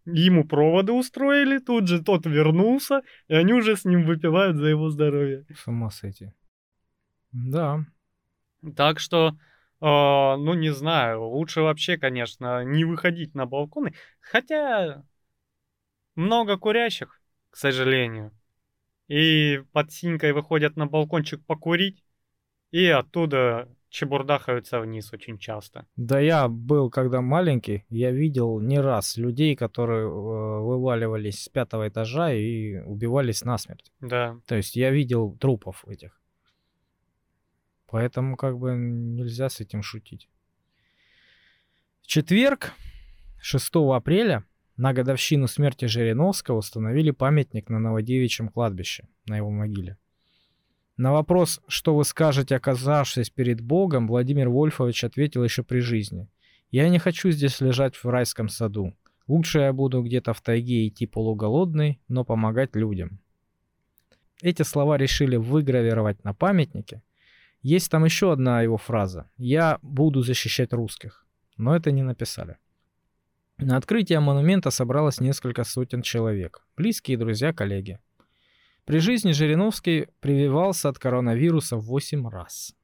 [SPEAKER 1] Ему проводы устроили, тут же тот вернулся, и они уже с ним выпивают за его здоровье.
[SPEAKER 2] С ума сойти. Да.
[SPEAKER 1] Так что, ну не знаю, лучше вообще, конечно, не выходить на балконы. Хотя много курящих, к сожалению. И под синькой выходят на балкончик покурить, и оттуда чебурдахаются вниз очень часто.
[SPEAKER 2] Да я был, когда маленький, я видел не раз людей, которые вываливались с 5-го этажа и убивались насмерть.
[SPEAKER 1] Да.
[SPEAKER 2] То есть я видел трупов этих. Поэтому как бы нельзя с этим шутить. В четверг, 6 апреля, на годовщину смерти Жириновского установили памятник на Новодевичьем кладбище, на его могиле. На вопрос, что вы скажете, оказавшись перед Богом, Владимир Вольфович ответил еще при жизни. «Я не хочу здесь лежать в райском саду. Лучше я буду где-то в тайге идти полуголодный, но помогать людям». Эти слова решили выгравировать на памятнике. Есть там еще одна его фраза: «Я буду защищать русских», но это не написали. На открытие монумента собралось несколько сотен человек, близкие друзья, коллеги. При жизни Жириновский прививался от коронавируса 8 раз.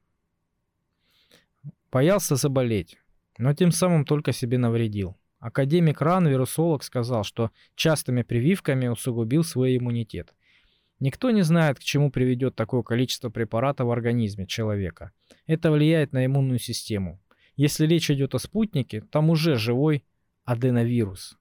[SPEAKER 2] Боялся заболеть, но тем самым только себе навредил. Академик РАН, вирусолог, сказал, что частыми прививками усугубил свой иммунитет. Никто не знает, к чему приведет такое количество препарата в организме человека. Это влияет на иммунную систему. Если речь идет о спутнике, там уже живой аденовирус.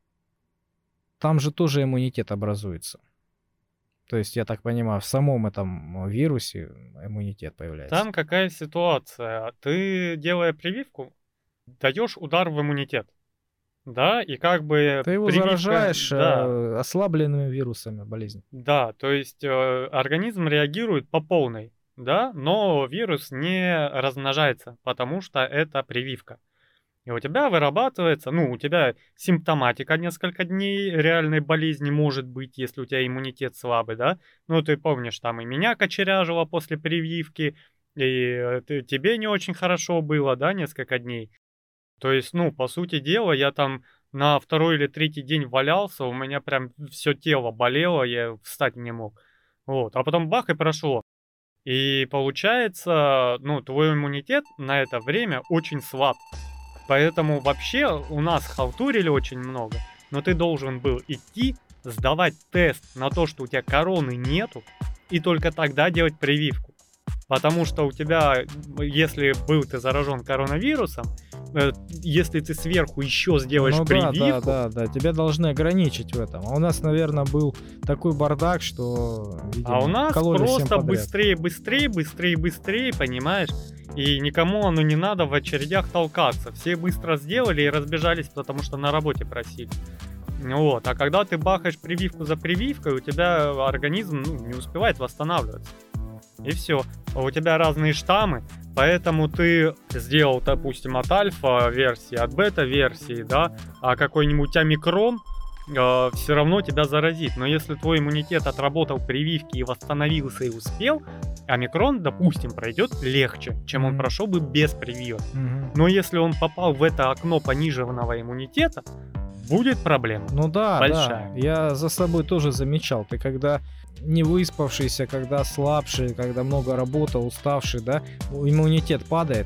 [SPEAKER 2] Там же тоже иммунитет образуется. То есть, я так понимаю, в самом этом вирусе иммунитет появляется.
[SPEAKER 1] Там какая ситуация? Ты, делая прививку, даешь удар в иммунитет. Да, и как бы...
[SPEAKER 2] Ты его
[SPEAKER 1] прививка,
[SPEAKER 2] заражаешь
[SPEAKER 1] да,
[SPEAKER 2] ослабленными вирусами болезни.
[SPEAKER 1] да, то есть организм реагирует по полной, да, но вирус не размножается, потому что это прививка. И у тебя вырабатывается, ну, у тебя симптоматика несколько дней реальной болезни может быть, если у тебя иммунитет слабый, да. Ну, ты помнишь, там и меня кочеряжило после прививки, и тебе не очень хорошо было, да, несколько дней. То есть, ну, по сути дела, я там на 2-й или 3-й день валялся, у меня прям все тело болело, я встать не мог. Вот, а потом бах, и прошло. И получается, ну, твой иммунитет на это время очень слаб. Поэтому вообще у нас халтурили очень много, но ты должен был идти, сдавать тест на то, что у тебя короны нету, и только тогда делать прививку. Потому что у тебя, если был ты заражен коронавирусом, если ты сверху еще сделаешь прививку...
[SPEAKER 2] Да, тебя должны ограничить в этом. А у нас, наверное, был такой бардак, что... Видимо,
[SPEAKER 1] а у нас просто быстрее, понимаешь? И никому оно не надо в очередях толкаться. Все быстро сделали и разбежались, потому что на работе просили. Вот. А когда ты бахаешь прививку за прививкой, у тебя организм не успевает восстанавливаться. И все. У тебя разные штаммы, поэтому ты сделал, допустим, от альфа-версии, от бета-версии, да, а какой-нибудь омикрон все равно тебя заразит. Но если твой иммунитет отработал прививки и восстановился и успел, омикрон, допустим, пройдет легче, чем он прошел бы без прививок. Но если он попал в это окно пониженного иммунитета, будет проблема.
[SPEAKER 2] Ну да,
[SPEAKER 1] большая.
[SPEAKER 2] Да. Я за собой тоже замечал. Ты когда не выспавшийся, когда слабший, когда много работал, уставший, да, иммунитет падает.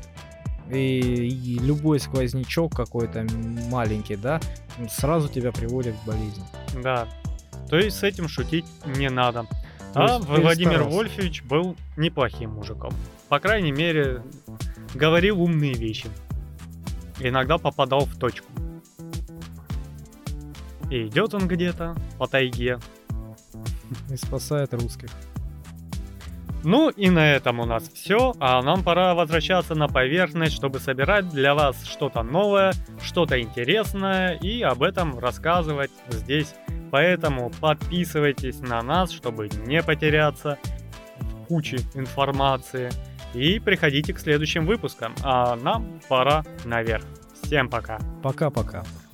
[SPEAKER 2] И любой сквознячок какой-то маленький, да, сразу тебя приводит к болезни.
[SPEAKER 1] Да. То есть с этим шутить не надо. А Владимир Вольфович был неплохим мужиком. По крайней мере, говорил умные вещи. Иногда попадал в точку. И идет он где-то по тайге.
[SPEAKER 2] И спасает русских.
[SPEAKER 1] Ну и на этом у нас все, а нам пора возвращаться на поверхность, чтобы собирать для вас что-то новое, что-то интересное и об этом рассказывать здесь. Поэтому подписывайтесь на нас, чтобы не потеряться в куче информации. И приходите к следующим выпускам, а нам пора наверх. Всем пока.
[SPEAKER 2] Пока-пока.